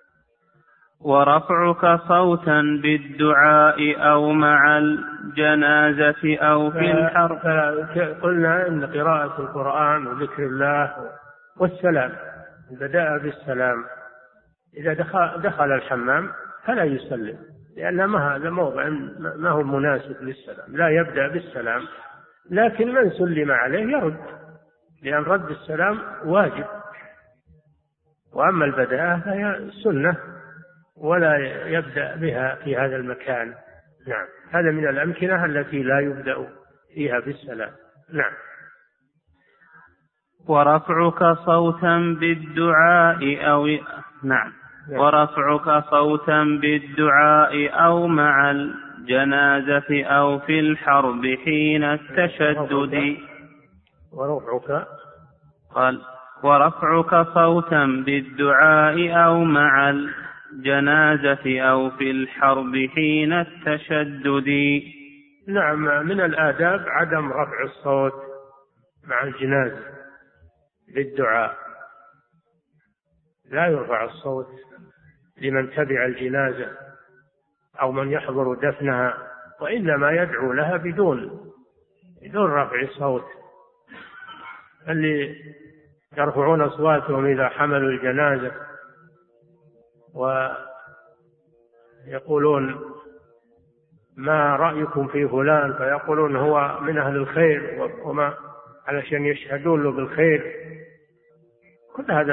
ورفعك صوتا بالدعاء أو مع الجنازة أو في الحرب. قلنا إن قراءة القرآن وذكر الله والسلام، بدأ بالسلام. إذا دخل الحمام فلا يسلم، لأن ما هذا موضع ما هو مناسب للسلام، لا يبدأ بالسلام. لكن من سلم عليه يرد، لأن رد السلام واجب. وأما البداءة فهي سنة ولا يبدأ بها في هذا المكان. نعم. هذا من الأمكنة التي لا يبدأ فيها بالسلام. نعم. ورفعك صوتا بالدعاء أو نعم. ورفعك صوتا بالدعاء أو مع الجنازة أو في الحرب حين التشدد. ورفعك صوتا بالدعاء أو مع الجنازة أو في الحرب حين التشدد. نعم. من الآداب عدم رفع الصوت مع الجنازة بالدعاء، لا يرفع الصوت لمن تبع الجنازة أو من يحضر دفنها، وإنما يدعو لها بدون رفع الصوت. اللي يرفعون أصواتهم إذا حملوا الجنازة ويقولون ما رأيكم في فلان، فيقولون هو من أهل الخير وما علشان يشهدون له بالخير، كل هذا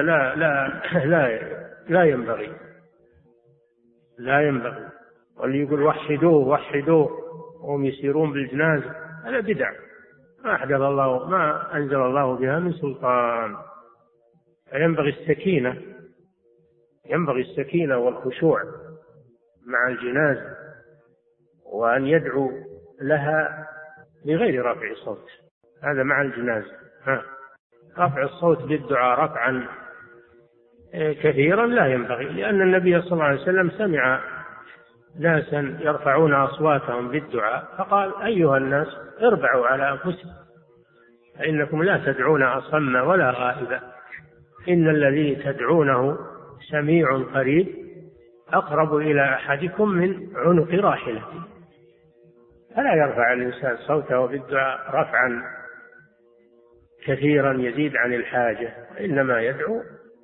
لا ينبغي. واللي يقول وحدوه وهم يسيرون بالجنازة، هذا بدع ما أنزل الله بها من سلطان. ينبغي السكينة والخشوع مع الجنازة، وأن يدعو لها بغير رفع صوت، هذا مع الجنازة. رفع الصوت بالدعاء رفعا كثيرا لا ينبغي، لأن النبي صلى الله عليه وسلم سمع ناسا يرفعون أصواتهم بالدعاء فقال أيها الناس اربعوا على أنفسكم فإنكم لا تدعون أصم ولا غائبا، إن الذي تدعونه سميع قريب أقرب إلى أحدكم من عنق راحلته. فلا يرفع الإنسان صوته بالدعاء رفعا كثيرا يزيد عن الحاجة، إنما يدعو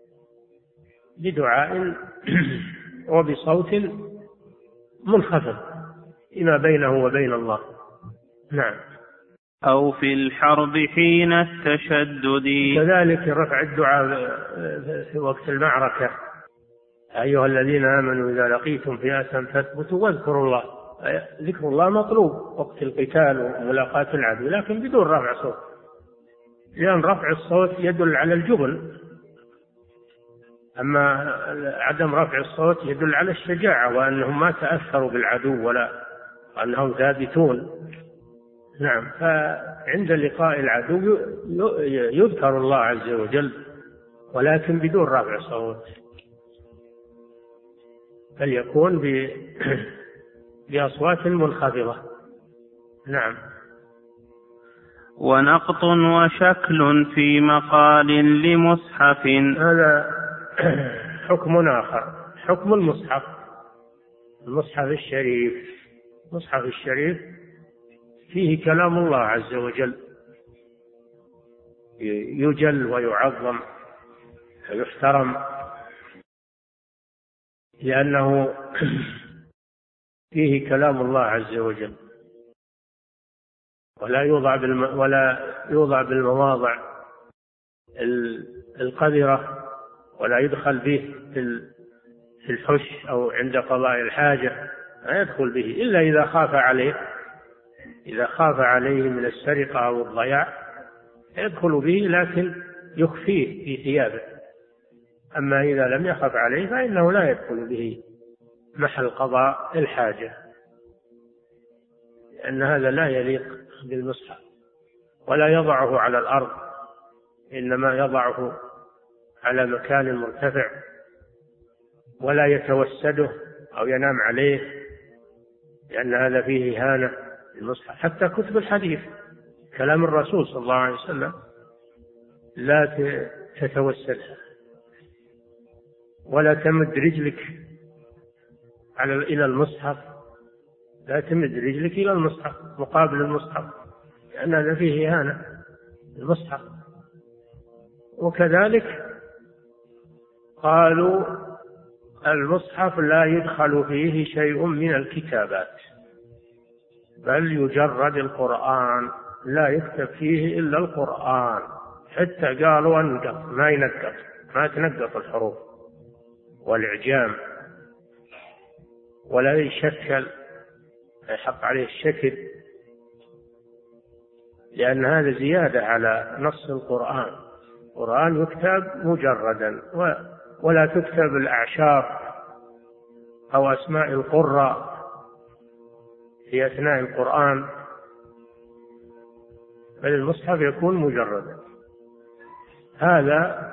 بدعاء وبصوت منخفض فيما بينه وبين الله. نعم. أو في الحرب حين التشدد. كذلك رفع الدعاء في وقت المعركة: أيها الذين آمنوا إذا لقيتم فئة فاثبتوا واذكروا الله. ذكر الله مطلوب وقت القتال وملاقاة العدو، لكن بدون رفع صوت، لأن رفع الصوت يدل على الجبن، أما عدم رفع الصوت يدل على الشجاعة وأنهم ما تأثروا بالعدو ولا أنهم ثابتون. نعم، فعند لقاء العدو يذكر الله عز وجل، ولكن بدون رفع صوت، بل يكون بأصوات منخفضة. نعم. ونقط وشكل في مقال لمصحف. هذا حكم آخر، حكم المصحف. المصحف الشريف، المصحف الشريف فيه كلام الله عز وجل، يجل ويعظم ويحترم، لأنه فيه كلام الله عز وجل، ولا يوضع بالمواضع القذرة، ولا يدخل به في الحش أو عند قضاء الحاجة، لا يدخل به إلا إذا خاف عليه من السرقة أو الضياع يدخل به، لكن يخفيه في ثيابه. أما إذا لم يخف عليه فإنه لا يدخل به محل قضاء الحاجة، لأن هذا لا يليق بالمصحف. ولا يضعه على الأرض، إنما يضعه على مكان مرتفع، ولا يتوسده أو ينام عليه، لأن هذا فيه إهانة للمصحف. حتى كتب الحديث كلام الرسول صلى الله عليه وسلم لا تتوسدها، ولا تمد رجلك إلى المصحف، لا تمد رجلك إلى المصحف مقابل المصحف، لأن هذا فيه إهانة للمصحف. وكذلك قالوا المصحف لا يدخل فيه شيء من الكتابات، بل يجرد القرآن، لا يكتب فيه إلا القرآن. حتى قالوا أنقط، ما تنقط الحروف والإعجام، ولا يشكل، يحط عليه الشكل، لأن هذا زيادة على نص القرآن. القرآن يكتب مجردا، ولا تكتب الأعشار أو أسماء القراء في أثناء القرآن، بل المصحف يكون مجردا. هذا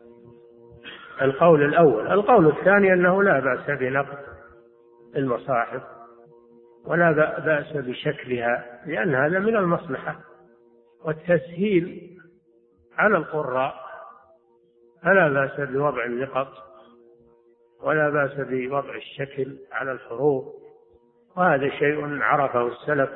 القول الأول. القول الثاني أنه لا بأس بنقد المصاحف ولا بأس بشكلها، لأن هذا من المصلحة والتسهيل على القراء، فلا بأس بوضع النقط ولا بأس بوضع الشكل على الحروف، وهذا شيء عرفه السلف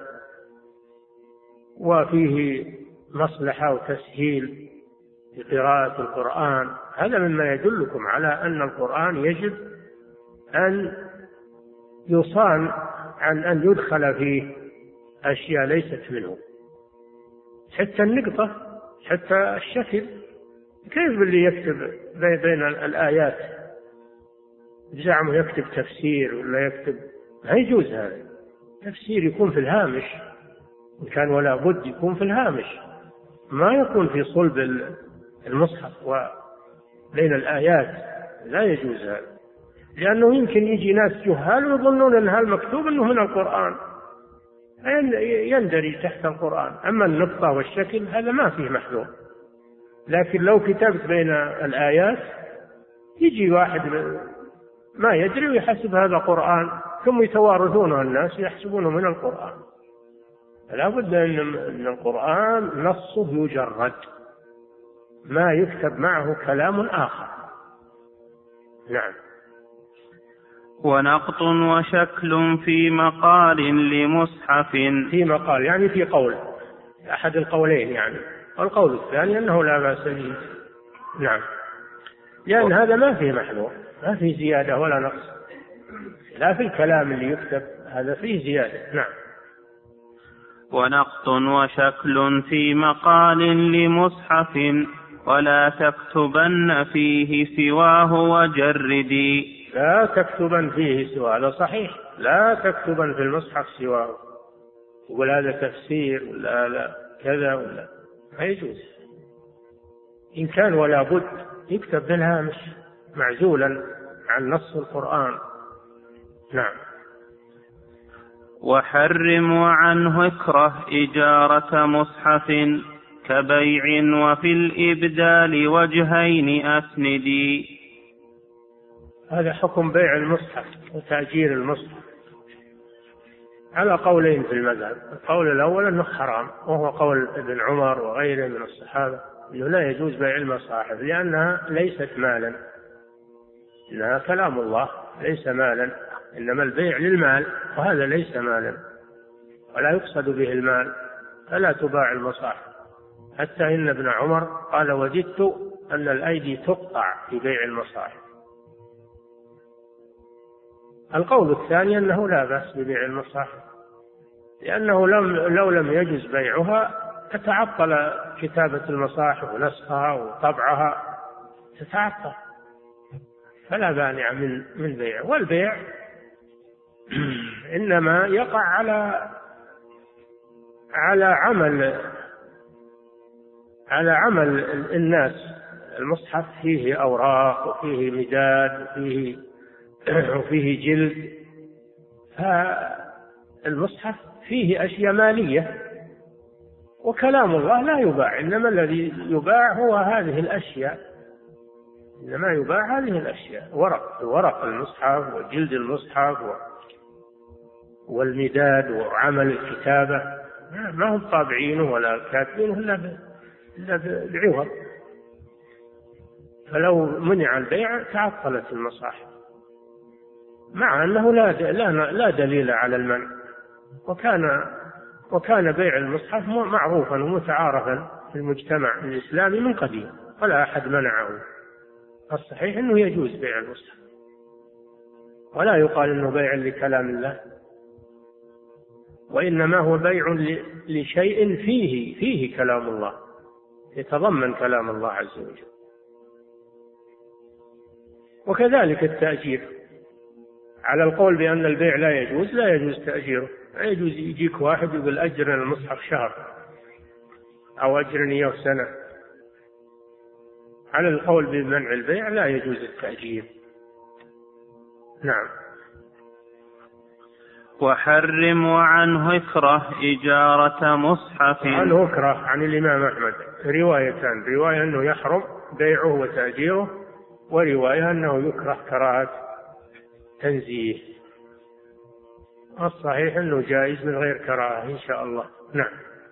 وفيه مصلحة وتسهيل لقراءة القرآن. هذا مما يدلكم على أن القرآن يجب أن يصان عن أن يدخل فيه أشياء ليست منه، حتى النقطة، حتى الشكل. كيف اللي يكتب بين الآيات زعمه يكتب تفسير ولا يكتب؟ لا يجوز هذا. تفسير يكون في الهامش إن كان، ولا بد يكون في الهامش، ما يكون في صلب المصحف وبين الآيات. لا يجوز هذا، لأنه يمكن يجي ناس جهال ويظنون أن هالمكتوب أنه من القرآن، يندرج تحت القرآن. أما النقطة والشكل هذا ما فيه محذور. لكن لو كتبت بين الآيات يجي واحد ما يدري ويحسب هذا قرآن، ثم يتوارثونه الناس يحسبونه من القرآن. فلا بد أن القرآن نصه يجرد، ما يكتب معه كلام آخر. نعم. ونقط وشكل في مقال لمصحف. في مقال يعني في قول، أحد القولين يعني. والقول الثاني أنه لا بأس به. نعم، لأن هذا ما فيه محذور، ما فيه زيادة ولا نقص، لا في الكلام اللي يكتب هذا فيه زيادة. نعم. ونقط وشكل في مقال لمصحف ولا تكتبن فيه سواه وجردي. لا تكتبن فيه سواه، هذا صحيح، لا تكتبن في المصحف سواه، يقول هذا تفسير ولا هذا كذا ولا، ما يجوز. إن كان ولا بد يكتب بالهامش معزولا عن نص القرآن. نعم. وحرم وعنه اكره إجارة مصحف كبيع وفي الإبدال وجهين أسندي. هذا حكم بيع المصحف وتأجير المصحف على قولين في المذهب. القول الأول أنه حرام، وهو قول ابن عمر وغيره من الصحابة، أنه لا يجوز بيع المصاحف لأنها ليست مالا، إنها كلام الله ليس مالا، إنما البيع للمال، وهذا ليس مالا ولا يقصد به المال، فلا تباع المصاحف. حتى إن ابن عمر قال وجدت أن الأيدي تقطع في بيع المصاحف. القول الثاني أنه لا بأس ببيع المصاحف، لأنه لو لم يجوز بيعها تتعطل كتابة المصاحف ونسخها وطبعها، تتعطل، فلا مانع من بيع. والبيع إنما يقع على عمل الناس. المصحف فيه أوراق وفيه مداد وفيه جلد، فالمصحف فيه أشياء مالية، وكلام الله لا يباع، إنما الذي يباع هو هذه الأشياء، إنما يباع هذه الأشياء، ورق المصحف وجلد المصحف والمداد وعمل الكتابة، ما هم طابعينه ولا كاتبينه إلا بعوض. فلو منع البيع تعطلت المصاحف، مع أنه لا دليل على المنع، وكان بيع المصحف معروفا ومتعارفا في المجتمع الإسلامي من قديم، ولا أحد منعه. الصحيح أنه يجوز بيع المصحف، ولا يقال أنه بيع لكلام الله، وإنما هو بيع لشيء فيه كلام الله، يتضمن كلام الله عز وجل. وكذلك التأجير، على القول بأن البيع لا يجوز تأجيره. لا يجوز يجيك واحد يقول أجرنا المصحف شهر أو أجرني إياه سنة. على القول بمنع البيع لا يجوز التأجير. نعم. وحرم وعنه اكره إجارة مصحف. عنه اكره عن الإمام أحمد روايتان، رواية أنه يحرم بيعه وتأجيره، ورواية أنه يكره كراهة تنزيه. الصحيح أنه جائز من غير كراهة إن شاء الله. نعم.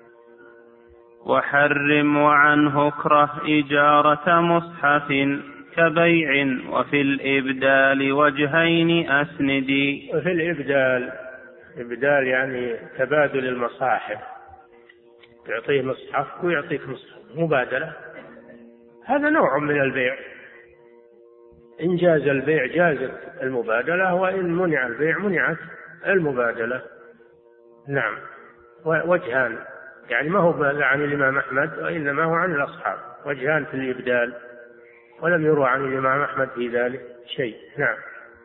وحرم وعنه اكره إجارة مصحف كبيع وفي الإبدال وجهين أسندي. وفي الإبدال يعني تبادل المصاحف، يعطيه مصحف ويعطيك مصحف، مبادلة، هذا نوع من البيع. إن جاز البيع جازت المبادلة، وإن منع البيع منعت المبادلة. نعم. وجهان، يعني ما هو عن الإمام أحمد وإنما هو عن الأصحاب، وجهان في الإبدال، ولم يروى عن الإمام أحمد في ذلك شيء. نعم.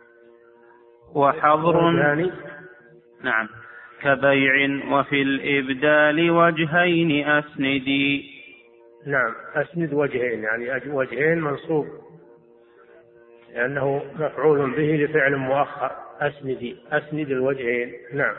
وحظر نعم كبيع وفي الإبدال وجهين أسندي. نعم. أسند وجهين، يعني وجهين منصوب لأنه مفعول به لفعل مؤخر. أسند الوجهين. نعم.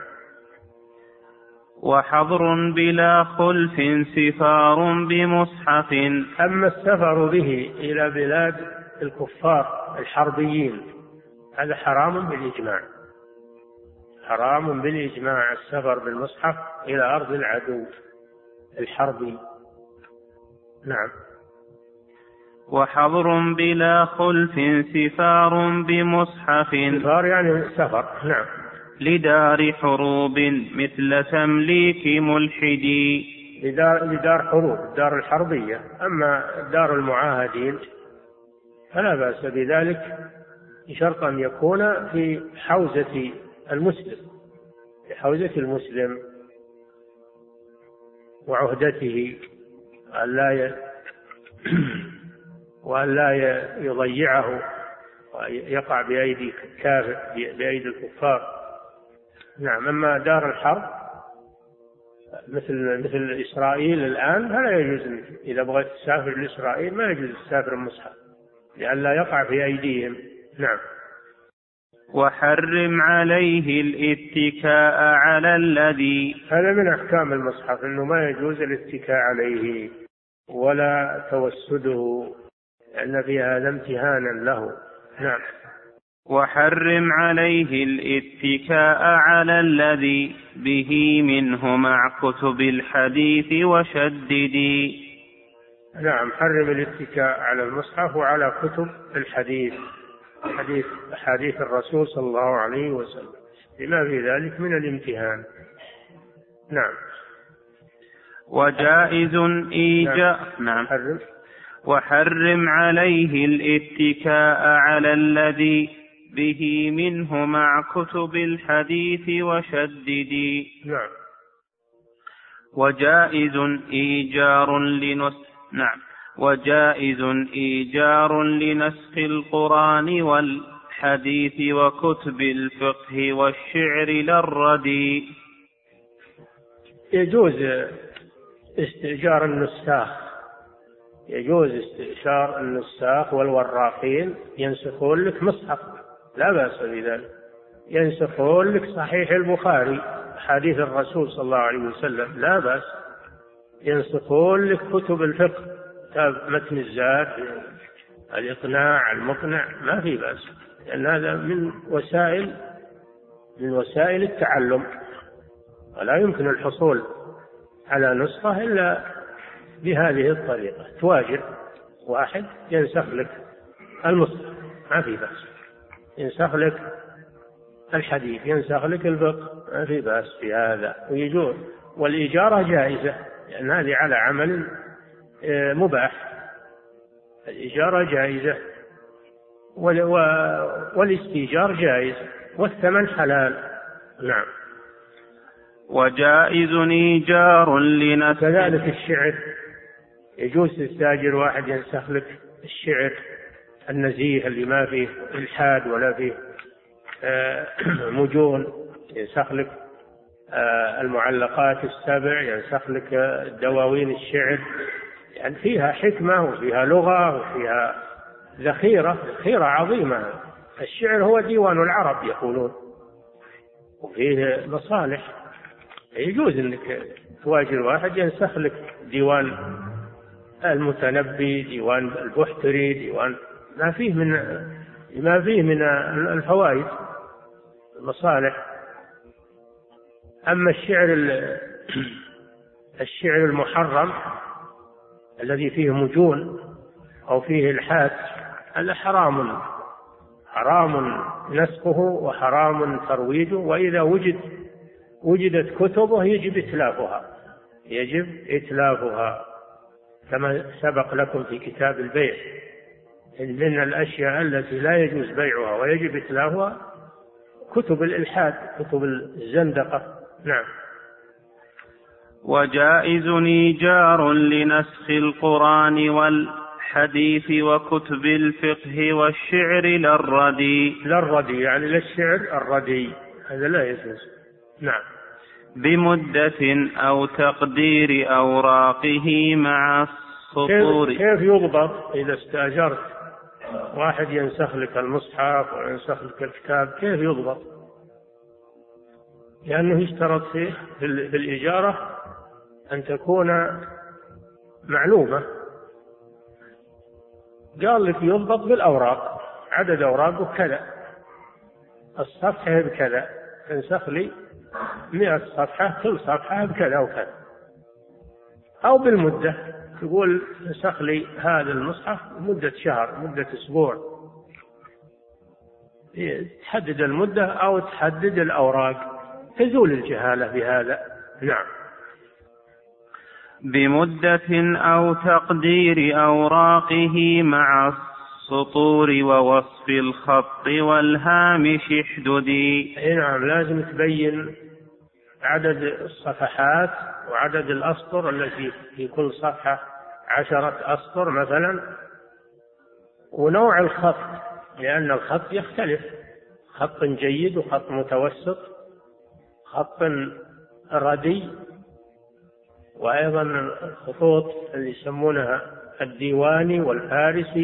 وحظر بلا خلف سفار بمصحف. أما السفر به إلى بلاد الكفار الحربيين هذا حرام بالإجماع، حرام بالإجماع السفر بالمصحف إلى أرض العدو الحربي. نعم. وحظر بلا خلف سفار بمصحف. سفار يعني سفر. نعم. لدار حروب مثل تمليك ملحدي. لدار حروب، الدار الحربية. أما دار المعاهدين فلا بأس بذلك بشرط أن يكون في حوزة المسلم، في حوزة المسلم. وعهدته وأن لا يضيعه ويقع بأيدي بأيدي الكفار. نعم. أما دار الحرب مثل إسرائيل الآن فلا يجوز، إذا بغيت تسافر لإسرائيل ما يجوز تسافر المصحف لأن لا يقع في أيديهم. نعم. وحرم عليه الاتكاء على الذي، هذا من أحكام المصحف أنه ما يجوز الاتكاء عليه ولا توسده لأن في هذا امتهانا له. نعم. وحرم عليه الاتكاء على الذي به منه مع كتب الحديث وشددي. نعم. حرم الاتكاء على المصحف وعلى كتب الحديث، حديث الرسول صلى الله عليه وسلم لما في ذلك من الامتهان. نعم. وجائز إيجاء. نعم. وحرم عليه الاتكاء على الذي به منه مع كتب الحديث وشددي. نعم. وجائز إيجار نعم. وجائز إيجار لنسخ القرآن والحديث وكتب الفقه والشعر للردي. يجوز استئجار النساخ، يجوز استئجار النساخ والوراقين ينسخون لك مصحف، لا بأس بذلك. ينسخون لك صحيح البخاري حديث الرسول صلى الله عليه وسلم، لا بأس. ينسخون لك كتب الفقه، كتاب متن الزاد، الإقناع، المقنع، ما في بأس، لأن هذا من وسائل التعلم، ولا يمكن الحصول على نسخة إلا بهذه الطريقة. تواجد واحد ينسخ لك المصحف ما في بأس، ينسخ لك الحديث، ينسخ لك الفقه، ما في بأس في هذا. ويجوز. والإجارة جائزة لأن هذه على عمل مباح، الإجارة جائزة والاستئجار جائز والثمن حلال. نعم. وجائز إيجار لنسخ. كذلك الشعر يجوز تستاجر واحد ينسخ لك الشعر النزيه اللي ما فيه إلحاد ولا فيه مجون، ينسخ لك المعلقات السبع، ينسخ لك دواوين الشعر، يعني فيها حكمة وفيها لغة وفيها ذخيرة عظيمة. الشعر هو ديوان العرب يقولون، وفيه مصالح. يجوز انك تواجر واحد ينسخ لك ديوان المتنبي، ديوان البحتري، ديوان ما فيه من الفوائد المصالح. أما الشعر المحرم الذي فيه مجون أو فيه إلحاد هذا حرام نسخه وحرام ترويجه، وإذا وجدت كتبه يجب إتلافها كما سبق لكم في كتاب البيع. من الأشياء التي لا يجوز بيعها ويجب إتلافها كتب الإلحاد، كتب الزندقة. نعم. وجائز إيجار لنسخ القرآن والحديث وكتب الفقه والشعر للردي يعني للشعر الردي، هذا لا يجوز. نعم. بمدة أو تقدير أوراقه مع السطور. كيف يضبط إذا استأجرت واحد ينسخ لك المصحف وينسخ لك الكتاب؟ كيف يضبط؟ لأنه يشترط فيه في الإجارة أن تكون معلومة. قال لك يضبط بالأوراق، عدد أوراقه كذا، الصفحة بكذا، تنسخ لي 100 صفحة، كل صفحة بكذا وكذا. أو بالمدة، تقول انسخ لي هذا المصحف مدة شهر، مدة أسبوع، تحدد المدة أو تحدد الأوراق، تزول الجهالة بهذا. نعم. بمدة أو تقدير أوراقه مع السطور ووصف الخط والهامش احددي. نعم. لازم تبين عدد الصفحات وعدد الأسطر التي في كل صفحة 10 أسطر مثلا، ونوع الخط، لأن الخط يختلف، خط جيد وخط متوسط، خط ردي، وأيضا الخطوط اللي يسمونها الديواني والفارسي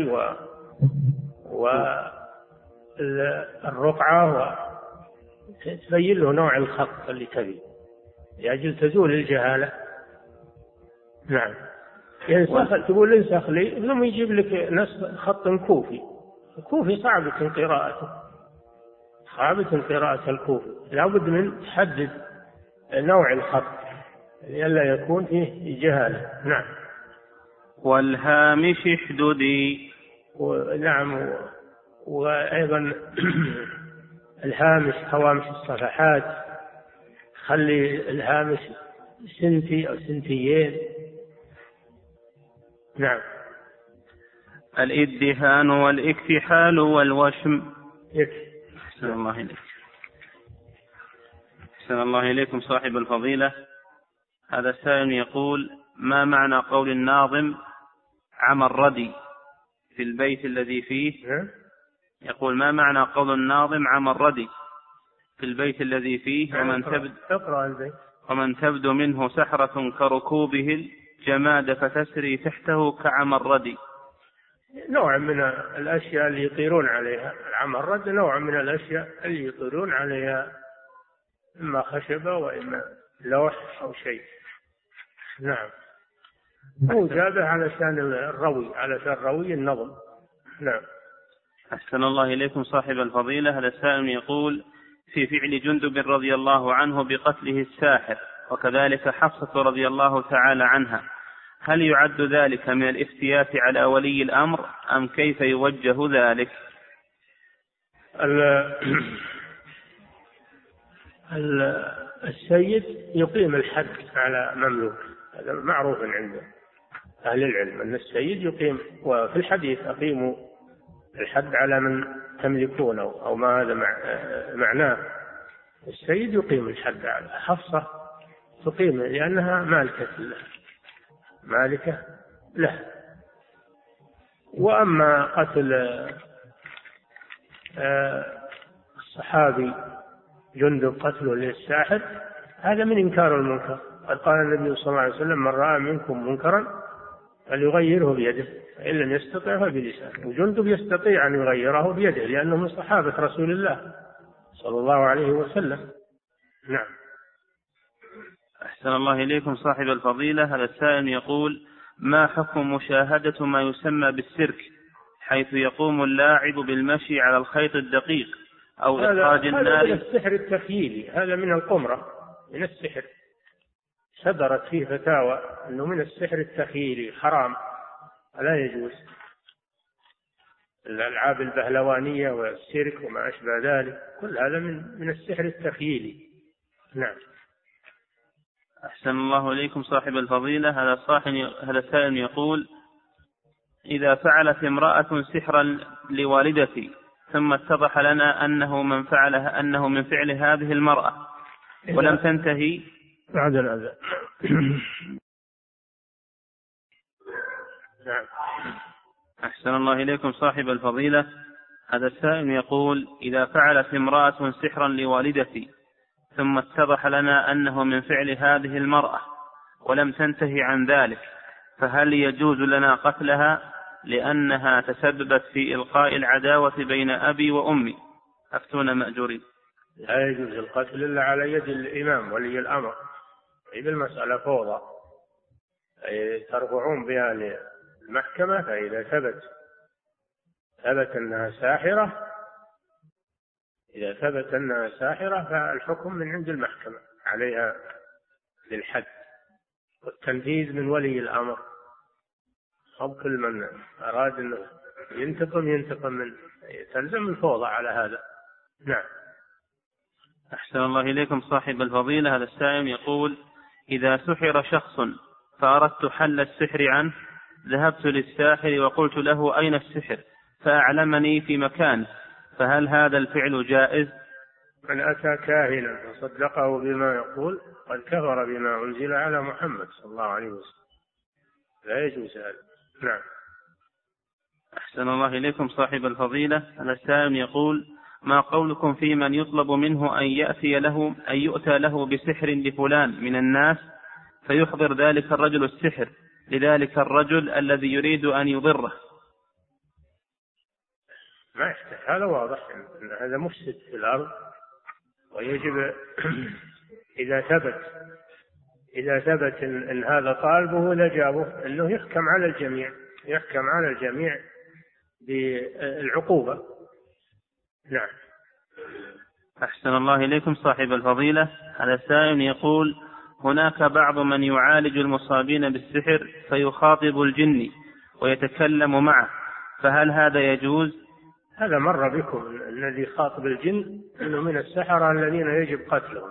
والرقعة، تبين له نوع الخط اللي تبي لأجل تزول الجهالة. نعم. تقول انسخ لي، ثم يجيب لك خط كوفي. الكوفي صعبة قراءته، صعبة قراءة الكوفي، لابد من تحدد نوع الخط لئلا يكون فيه جهالة. نعم. والهامش احددي. نعم. وأيضا الهامش، هوامش الصفحات، خلي الهامش سنتي أو سنتيين. نعم. الادهان والاكتحال والوشم. أحسن الله إليك. أحسن الله إليكم صاحب الفضيلة. هذا السائل يقول: ما معنى قول الناظم عمى الردي في البيت الذي فيه؟ يقول: ما معنى قول الناظم عمى الردي في البيت الذي فيه ومن تبدو منه سحرة كركوبه الجماد فتسري تحته كعمى الردي. نوع من الأشياء اللي يطيرون عليها. العمى الرد نوع من الأشياء اللي يطيرون عليها، إما خشبة وإما لوح أو شيء. نعم. هو جابه علشان الروي، علشان روي النظم. نعم. أحسن الله إليكم صاحب الفضيلة. هذا السائل يقول: في فعل جندب رضي الله عنه بقتله الساحر، وكذلك حفصة رضي الله تعالى عنها، هل يعد ذلك من الافتيات على ولي الأمر أم كيف يوجه ذلك؟ السيد يقيم الحد على مملوك، هذا معروف عند أهل العلم أن السيد يقيم، وفي الحديث أقيموا الحد على من تملكونه، أو ما هذا معناه. السيد يقيم الحد على حفصة، تقيم لأنها مالكة له. وأما قتل الصحابي جندب قتله للساحر، هذا من إنكار المنكر. قد قال النبي صلى الله عليه وسلم: من رأى منكم منكرا فليغيره بيده، فإن لم يستطع فبلسانه. وجندب يستطيع أن يغيره بيده لأنه من صحابة رسول الله صلى الله عليه وسلم. نعم. أحسن الله إليكم صاحب الفضيلة. هذا السائل يقول: ما حكم مشاهدة ما يسمى بالسيرك، حيث يقوم اللاعب بالمشي على الخيط الدقيق أو إخراج النار؟ هذا من السحر التخييلي، هذا من القمرة، من السحر. صدرت فيه فتاوى أنه من السحر التخييلي، حرام، لا يجوز. الألعاب البهلوانية والسيرك وما أشبه ذلك، كل هذا من السحر التخييلي. نعم. أحسن الله إليكم صاحب الفضيلة. هذا السائل يقول: إذا فعلت امرأة سحرا لوالدتي ثم اتضح لنا أنه من فعل هذه المرأة ولم تنتهي بعد الأذى. نعم. أحسن الله إليكم صاحب الفضيلة. هذا السائل يقول: إذا فعلت امرأة سحرا لوالدتي ثم اتضح لنا أنه من فعل هذه المرأة ولم تنتهي عن ذلك، فهل يجوز لنا قتلها لأنها تسببت في إلقاء العداوة بين أبي وأمي؟ أفتونا مأجورين. لا يجوز القتل إلا على يد الإمام ولي الأمر. إذا المسألة فوضى ترفعون بها للمحكمة، فإذا ثبت أنها ساحرة، إذا ثبت أنها ساحرة فالحكم من عند المحكمة عليها للحد، والتنفيذ من ولي الأمر. أو كل من أراد أنه ينتقم من تلزم الفوضى على هذا. نعم. أحسن الله إليكم صاحب الفضيلة. هذا السائل يقول: إذا سحر شخص فأردت حل السحر عنه، ذهبت للساحر وقلت له أين السحر، فأعلمني في مكانه، فهل هذا الفعل جائز؟ من أتى كاهنا فصدقه بما يقول قد كفر بما أنزل على محمد صلى الله عليه وسلم. لا يجوز هذا. نعم. أحسن الله إليكم صاحب الفضيلة. السائل يقول: ما قولكم في من يطلب منه أن يؤتى له بسحر لفلان من الناس فيحضر ذلك الرجل السحر لذلك الرجل الذي يريد أن يضره؟ ما يحتاج، هذا واضح أن هذا مفسد في الأرض، ويجب إذا ثبت أن هذا طالبه لجابه أنه يحكم على الجميع بالعقوبة. نعم. أحسن الله إليكم صاحب الفضيلة. هذا السائل يقول: هناك بعض من يعالج المصابين بالسحر فيخاطب الجن ويتكلم معه، فهل هذا يجوز؟ هذا مر بكم، الذي يخاطب الجن إنه من السحرة الذين يجب قتلهم.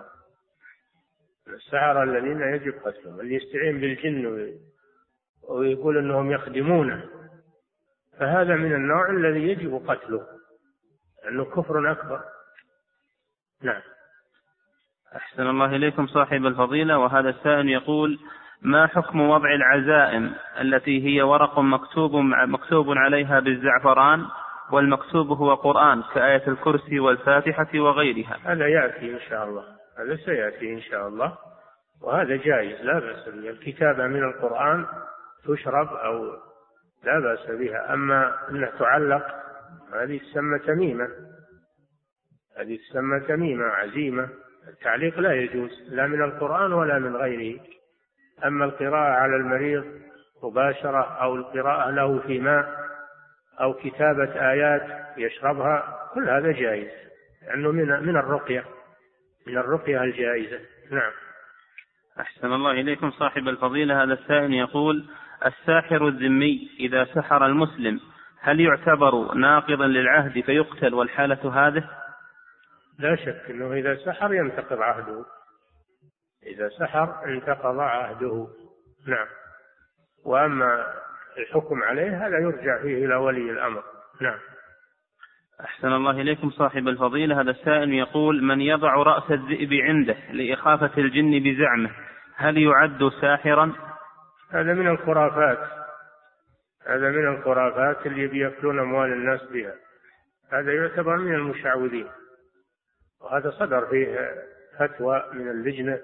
اللي يستعين بالجن ويقول أنهم يخدمونه، فهذا من النوع الذي يجب قتله، أنه كفر أكبر. نعم. أحسن الله إليكم صاحب الفضيلة. وهذا السائل يقول: ما حكم وضع العزائم التي هي ورق مكتوب عليها بالزعفران والمكتوب هو قرآن كآية الكرسي والفاتحة وغيرها؟ هذا يأتي إن شاء الله، هذا سيأتي إن شاء الله، وهذا جائز لا بأس به. الكتابة من القرآن تشرب أو لا بأس بها، أما أنها تعلق هذه تسمى تميمة عزيمة. التعليق لا يجوز لا من القرآن ولا من غيره. أما القراءة على المريض مباشرة أو القراءة له في ماء أو كتابة آيات يشربها، كل هذا جائز، لأنه من الرقية الجائزة. نعم. أحسن الله إليكم صاحب الفضيلة. هذا السائل يقول: الساحر الذمي إذا سحر المسلم هل يعتبر ناقضا للعهد فيقتل والحالة هذه؟ لا شك أنه إذا سحر ينتقض عهده، انتقض عهده. نعم. وأما الحكم عليه هذا يرجع فيه إلى ولي الأمر. نعم. أحسن الله إليكم صاحب الفضيلة. هذا السائل يقول: من يضع رأس الذئب عنده لإخافة الجن بزعمه هل يعد ساحرا؟ هذا من الخرافات اللي بيأكلون أموال الناس بها، هذا يعتبر من المشعوذين، وهذا صدر فيه فتوى من اللجنة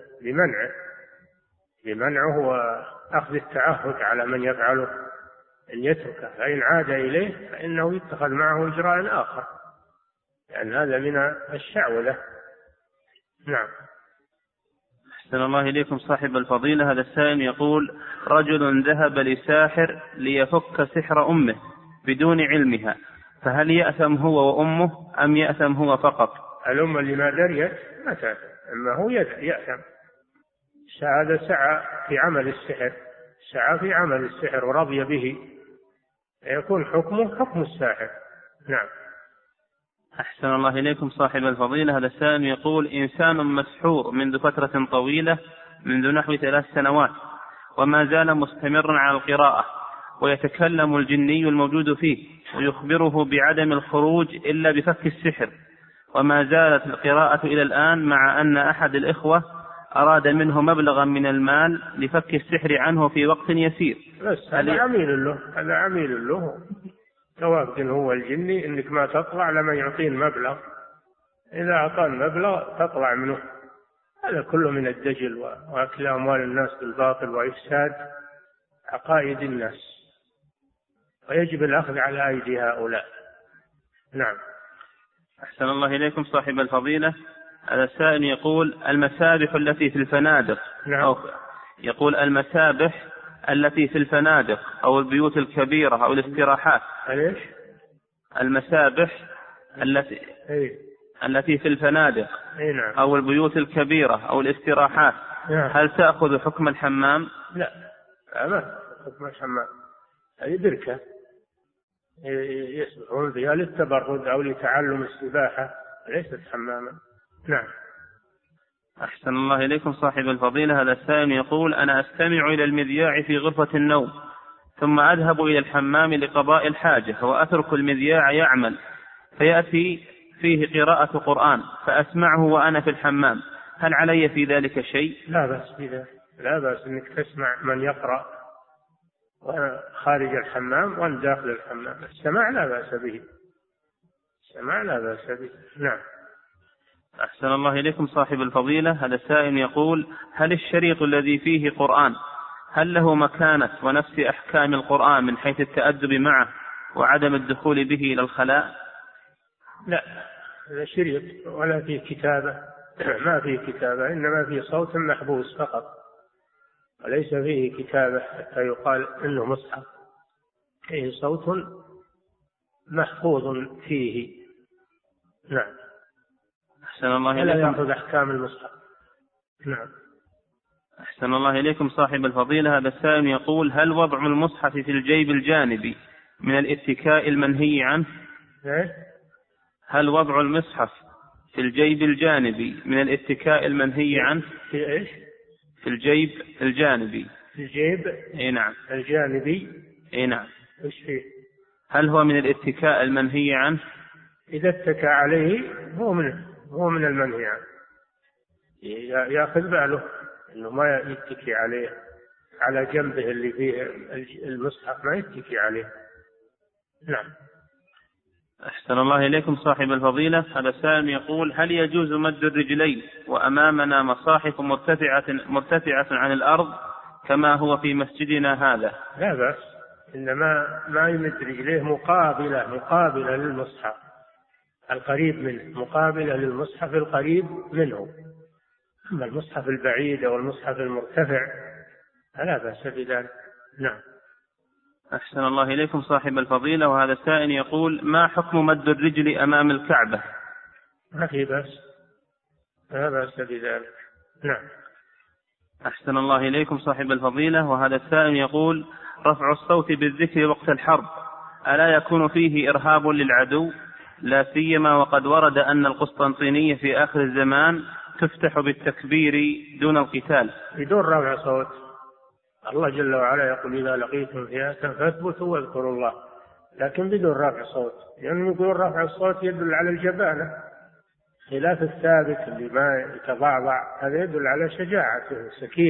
بمنعه وأخذ التعهد على من يفعله أن يتركه، فإن عاد إليه فإنه يتخذ معه إجراء آخر، لأن هذا من الشعوذة. نعم. أحسن الله إليكم صاحب الفضيلة. هذا السائل يقول: رجل ذهب لساحر ليفك سحر أمه بدون علمها، فهل يأثم هو وأمه أم يأثم هو فقط؟ الأم اللي ما دريت ما تأثم، أما هو يأثم. هذا سعى في عمل السحر ورضي به، يكون حكمه حكم الساحر. نعم. أحسن الله إليكم صاحب الفضيلة. هذا السائل يقول: إنسان مسحور منذ فترة طويلة، منذ نحو 3 سنوات، وما زال مستمرا على القراءة، ويتكلم الجني الموجود فيه ويخبره بعدم الخروج إلا بفك السحر، وما زالت القراءة إلى الآن، مع أن أحد الإخوة أراد منه مبلغا من المال لفك السحر عنه في وقت يسير. هذا عميل له توافق هو الجني إنك ما تطلع لما يعطين مبلغ، إذا أعطان مبلغ تطلع منه. هذا كله من الدجل وأكل أموال الناس بالباطل وإفساد عقائد الناس، ويجب الأخذ على أيدي هؤلاء. نعم. أحسن الله إليكم صاحب الفضيلة. هذا السائل يقول: المسابح التي في الفنادق. نعم. يقول: المسابح التي في الفنادق أو البيوت الكبيرة أو الاستراحات. ليش؟ المسابح التي في الفنادق نعم. أو البيوت الكبيرة أو الاستراحات، نعم. هل تأخذ حكم الحمام؟ لا، ما حكم الحمام، هذه بركة يسبحون فيها للتبرد أو لتعلم السباحة، ليست حماما. نعم. أحسن الله إليكم صاحب الفضيلة. هذا السائل يقول: أنا أستمع إلى المذياع في غرفة النوم، ثم أذهب إلى الحمام لقضاء الحاجة وأترك المذياع يعمل، فيأتي فيه قراءة قرآن فأسمعه وأنا في الحمام، هل علي في ذلك شيء؟ لا بأس بذلك، لا بأس أنك تسمع من يقرأ خارج الحمام وأنت داخل الحمام، السماع لا بأس به، السماع لا بأس به. نعم. أحسن الله إليكم صاحب الفضيلة. هذا السائل يقول: هل الشريط الذي فيه قرآن هل له مكانة ونفس أحكام القرآن من حيث التأدب معه وعدم الدخول به إلى الخلاء؟ لا، هذا شريط ولا فيه كتابة، ما فيه كتابة، إنما فيه صوت محبوس فقط، وليس فيه كتابة حتى يقال إنه مصحف، فيه صوت محفوظ فيه. نعم. أحسن الله إليكم. لا يأخذ أحكام المصحف. نعم. أحسن الله إليكم صاحب الفضيلة. هذا السائل يقول: هل وضع المصحف في الجيب الجانبي من الاتكاء المنهي عنه؟ هل وضع المصحف في الجيب الجانبي من الاتكاء المنهي عنه؟ في إيش؟ في الجيب الجانبي. في الجيب؟ إيه نعم. الجانبي؟ إيه نعم. إيش فيه؟ هل هو من الاتكاء المنهي عنه؟ إذا اتكى عليه هو من المنهي عنه، يأخذ باله إنه ما يتكي عليه، على جنبه اللي فيه المصحف ما يتكي عليه. نعم. أحسن الله إليكم صاحب الفضيلة. هذا السائل يقول: هل يجوز مد الرجلين وأمامنا مصاحف مرتفعة عن الأرض كما هو في مسجدنا هذا؟ لا بأس، إنما ما يمد رجليه مقابلة للمصحف القريب منه، مقابلة للمصحف القريب منه. أما المصحف البعيد أو المصحف المرتفع فلا بأس بذلك. نعم. أحسن الله إليكم صاحب الفضيلة. وهذا السائل يقول: ما حكم مد الرجل أمام الكعبة؟ ما في بأس، لا بأس بذلك. نعم. أحسن الله إليكم صاحب الفضيلة. وهذا السائل يقول: رفع الصوت بالذكر وقت الحرب ألا يكون فيه إرهاب للعدو، لا سيما وقد ورد أن القسطنطينية في آخر الزمان تفتح بالتكبير دون القتال؟ بدون رفع صوت. الله جل وعلا يقول: إذا لقيتم فئة فاثبتوا واذكروا الله، لكن بدون رفع صوت، لأنه يعني يقول رفع الصوت يدل على الجبانة، خلاف الثابت اللي ما يتضعضع، هذا يدل على شجاعته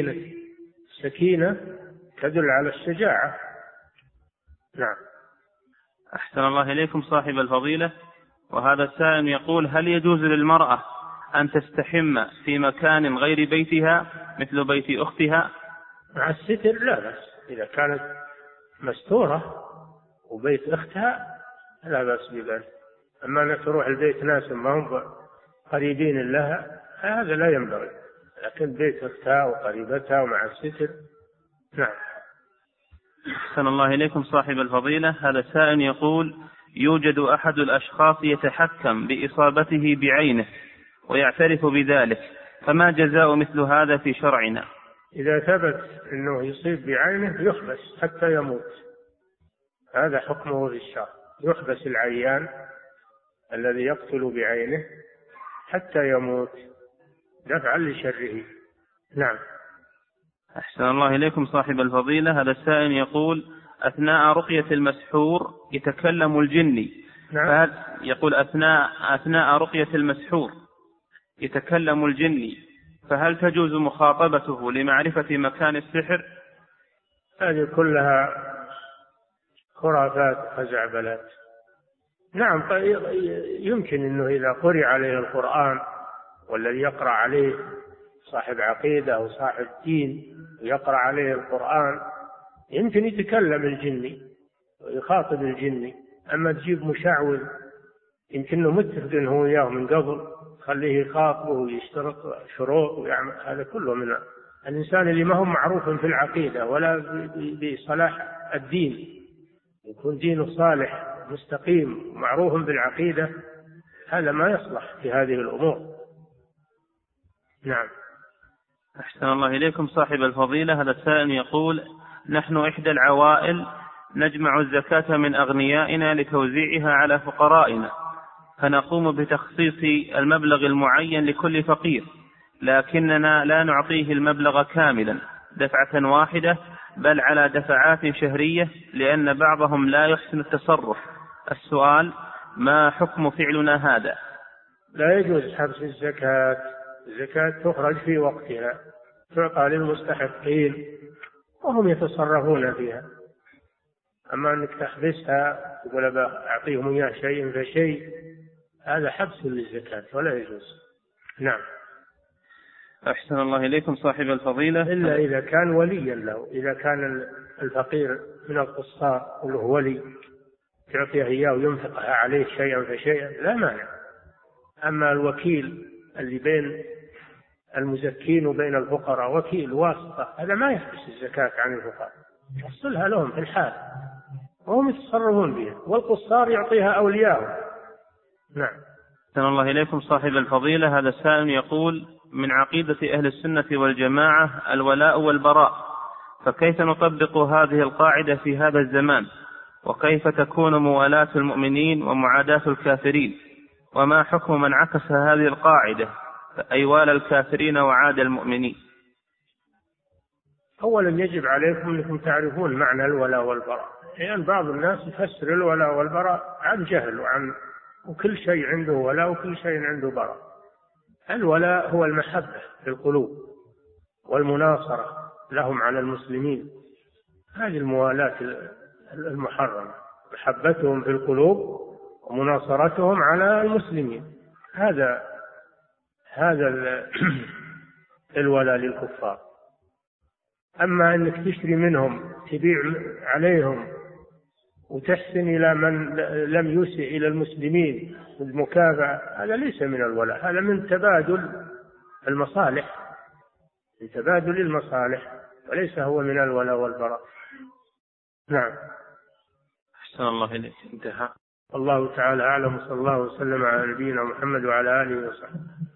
السكينة تدل على الشجاعة. نعم. أحسن الله إليكم صاحب الفضيلة. وهذا السائل يقول: هل يجوز للمرأة أن تستحم في مكان غير بيتها مثل بيت أختها؟ مع الستر لا بأس، إذا كانت مستورة وبيت أختها لا بأس بذلك. أما أن تروح البيت ناس ما هم قريبين لها هذا لا ينبغي، لكن بيت أختها وقريبتها ومع الستر نعم. أحسن الله إليكم صاحب الفضيلة. هذا السائل يقول: يوجد أحد الأشخاص يتحكم بإصابته بعينه ويعترف بذلك، فما جزاء مثل هذا في شرعنا؟ إذا ثبت أنه يصيب بعينه يحبس حتى يموت، هذا حكمه في الشرع، يحبس العيان الذي يقتل بعينه حتى يموت دفعا لشره. نعم. أحسن الله إليكم صاحب الفضيلة. هذا السائل يقول: أثناء رقية المسحور يتكلم الجني. نعم. يقول: أثناء رقية المسحور يتكلم الجني، فهل تجوز مخاطبته لمعرفة مكان السحر؟ هذه كلها خرافات وخزعبلات. نعم، يمكن أنه إذا قرئ عليه القرآن والذي يقرأ عليه صاحب عقيدة أو صاحب دين ويقرأ عليه القرآن يمكن يتكلم الجني ويخاطب الجني. أما تجيب مشعوذ يمكنه متفق هو وياه من قبل، خليه يخاطبه ويشترط شروط ويعمل، هذا كله من الإنسان اللي ما هو معروف في العقيدة ولا بصلاح الدين، يكون دينه صالح مستقيم معروف بالعقيدة، هذا ما يصلح في هذه الأمور. نعم. أحسن الله إليكم صاحب الفضيلة. هذا السائل يقول: نحن إحدى العوائل نجمع الزكاة من أغنيائنا لتوزيعها على فقرائنا، فنقوم بتخصيص المبلغ المعين لكل فقير، لكننا لا نعطيه المبلغ كاملا دفعة واحدة بل على دفعات شهرية لأن بعضهم لا يحسن التصرف. السؤال: ما حكم فعلنا هذا؟ لا يجوز حبس الزكاة. الزكاة تخرج في وقتها، تعطى للمستحقين وهم يتصرفون فيها. أما أنك تحبسها تقول أعطيهم إياه شيء فشيء، هذا حبس للزكاة ولا يجوز. نعم. أحسن الله إليكم صاحب الفضيلة. إلا إذا كان وليا له، إذا كان الفقير من القصار وله ولي تعطيه إياه وينفقها عليه شيئا فشيئا لا مانع. أما الوكيل اللي بين المزكين وبين الفقراء، وكيل واسطة، هذا ما يحبس الزكاة عن الفقراء، يحصلها لهم في الحال وهم يتصرفون بها، والقصار يعطيها أولياءه. نعم. أحسن الله إليكم صاحب الفضيلة. هذا السائل يقول: من عقيدة أهل السنة والجماعة الولاء والبراء، فكيف نطبق هذه القاعدة في هذا الزمان؟ وكيف تكون موالاة المؤمنين ومعاداة الكافرين؟ وما حكم من عكس هذه القاعدة أي والى الكافرين وعاد المؤمنين؟ أولا يجب عليكم أنكم تعرفون معنى الولاء والبراء، لأن بعض الناس يفسر الولاء والبراء عن جهل وكل شيء عنده ولاء وكل شيء عنده براء. الولاء هو المحبة في القلوب والمناصرة لهم على المسلمين، هذه الموالاة المحرمة، محبتهم في القلوب ومناصرتهم على المسلمين، هذا الولاء للكفار. أما أنك تشتري منهم، تبيع عليهم وتحسن إلى من لم يسئ إلى المسلمين بالمكافأة، هذا ليس من الولاء، هذا من تبادل المصالح، من تبادل المصالح، وليس هو من الولاء والبراء. نعم. أحسن الله إليك. انتهى. الله تعالى أعلم، صلى الله وسلم على نبينا محمد وعلى آله وصحبه.